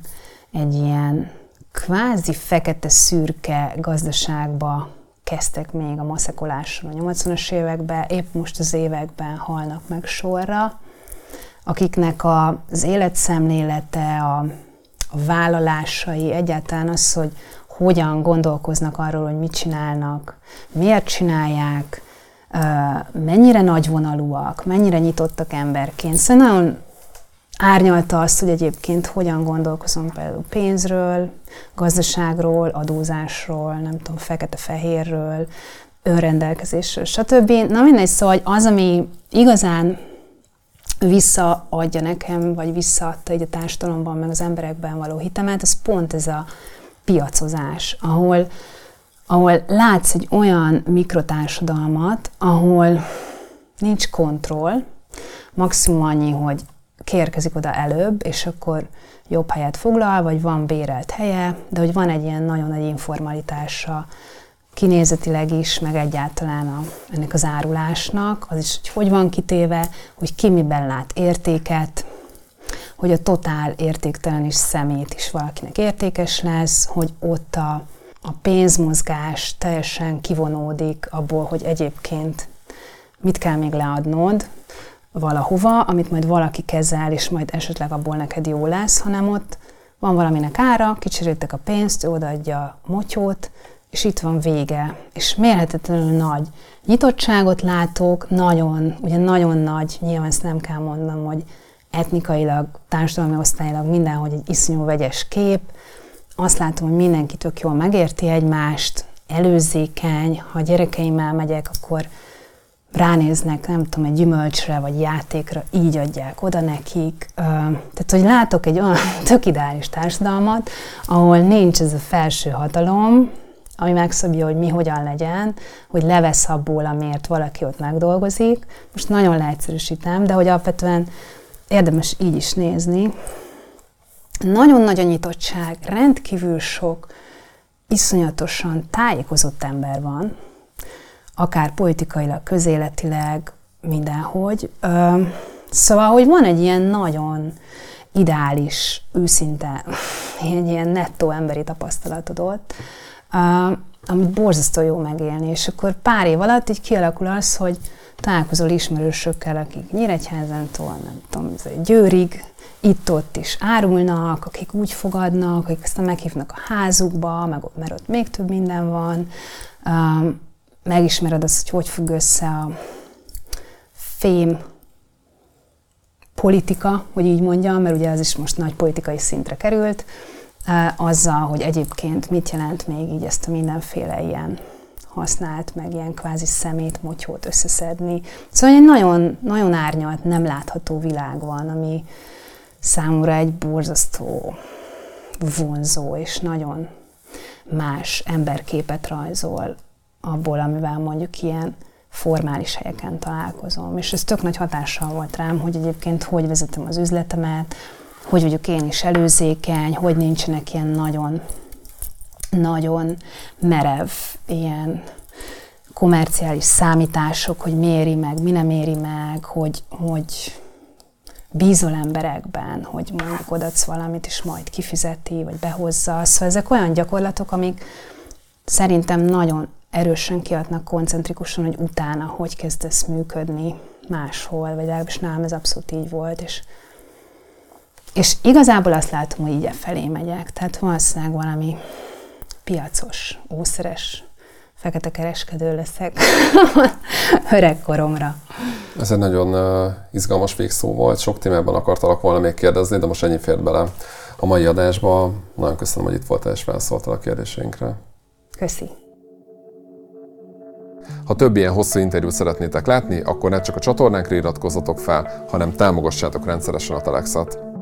ilyen kvázi fekete-szürke gazdaságba kezdtek még a maszekolásra a 80-as években, épp most az években halnak meg sorra, akiknek az életszemlélete, a vállalásai, egyáltalán az, hogy hogyan gondolkoznak arról, hogy mit csinálnak, miért csinálják, mennyire nagyvonalúak, mennyire nyitottak emberként. Szóval nagyon árnyalta azt, hogy egyébként hogyan gondolkozom például pénzről, gazdaságról, adózásról, nem tudom, fekete-fehérről, önrendelkezésről, stb. Na mindegy, szóval az, ami igazán visszaadja nekem, vagy visszaadta így a társadalomban, meg az emberekben való hitemet, az pont ez a piacozás, ahol látsz egy olyan mikrotársadalmat, ahol nincs kontroll, maximum annyi, hogy kiérkezik oda előbb, és akkor jobb helyet foglal, vagy van bérelt helye, de hogy van egy ilyen nagyon nagy informalitása, kinézetileg is, meg egyáltalán ennek az árulásnak, az is, hogy van kitéve, hogy ki miben lát értéket, hogy a totál értéktelen is szemét is valakinek értékes lesz, hogy ott a pénzmozgás teljesen kivonódik abból, hogy egyébként mit kell még leadnod valahova, amit majd valaki kezel, és majd esetleg abból neked jó lesz, hanem ott van valaminek ára, kicseréltek a pénzt, ő odaadja a motyót, és itt van vége. És mérhetetlenül nagy nyitottságot látok, ugye nagyon nagy, nyilván ezt nem kell mondanom, hogy etnikailag, társadalmi osztályilag mindenhogy egy iszonyú vegyes kép. Azt látom, hogy mindenki tök jól megérti egymást, előzékeny, ha a gyerekeimmel megyek, akkor ránéznek, nem tudom, egy gyümölcsre vagy játékra, így adják oda nekik. Tehát, hogy látok egy olyan tök ideális társadalmat, ahol nincs ez a felső hatalom, ami megszabja, hogy mi hogyan legyen, hogy levesz abból, amiért valaki ott megdolgozik. Most nagyon leegyszerűsítem, de hogy alapvetően érdemes így is nézni. Nagyon nagy a nyitottság, rendkívül sok, iszonyatosan tájékozott ember van, akár politikailag, közéletileg, mindenhogy. Szóval, hogy van egy ilyen nagyon ideális, őszinte, egy ilyen nettó emberi tapasztalatod ott, amit borzasztó jó megélni, és akkor pár év alatt így kialakul az, hogy találkozol ismerősökkel, akik Nyíregyházantól, nem tudom, Győrig, itt-ott is árulnak, akik úgy fogadnak, akik aztán meghívnak a házukba, mert ott még több minden van. Megismered azt, hogy függ össze a fém politika, hogy így mondjam, mert ugye az is most nagy politikai szintre került, azzal, hogy egyébként mit jelent még így ezt a mindenféle ilyen használt, meg ilyen kvázi szemét, motyót összeszedni. Szóval egy nagyon, nagyon árnyalt, nem látható világ van, ami számomra egy borzasztó vonzó és nagyon más emberképet rajzol abból, amivel mondjuk ilyen formális helyeken találkozom. És ez tök nagy hatással volt rám, hogy egyébként hogy vezetem az üzletemet, hogy vagyok én is előzékeny, hogy nincsenek ilyen nagyon nagyon merev ilyen komerciális számítások, hogy méri meg, mi nem éri meg, hogy bízol emberekben, hogy mondjuk odaadsz valamit, és majd kifizeti, vagy behozza. Szóval ezek olyan gyakorlatok, amik szerintem nagyon erősen kiadnak koncentrikusan, hogy utána hogy kezdesz működni máshol, vagy legalábbis nálam ez abszolút így volt, és igazából azt látom, hogy így felé megyek. Tehát valószínűleg valami piacos, ószeres, fekete kereskedő leszek öregkoromra. Ez egy nagyon izgalmas végszó volt. Sok témában akartalak volna még kérdezni, de most ennyi fért bele a mai adásba. Nagyon köszönöm, hogy itt voltál és válaszoltál a kérdéseinkre. Köszi. Ha több ilyen hosszú interjút szeretnétek látni, akkor ne csak a csatornánkra iratkozzatok fel, hanem támogassátok rendszeresen a Telexet.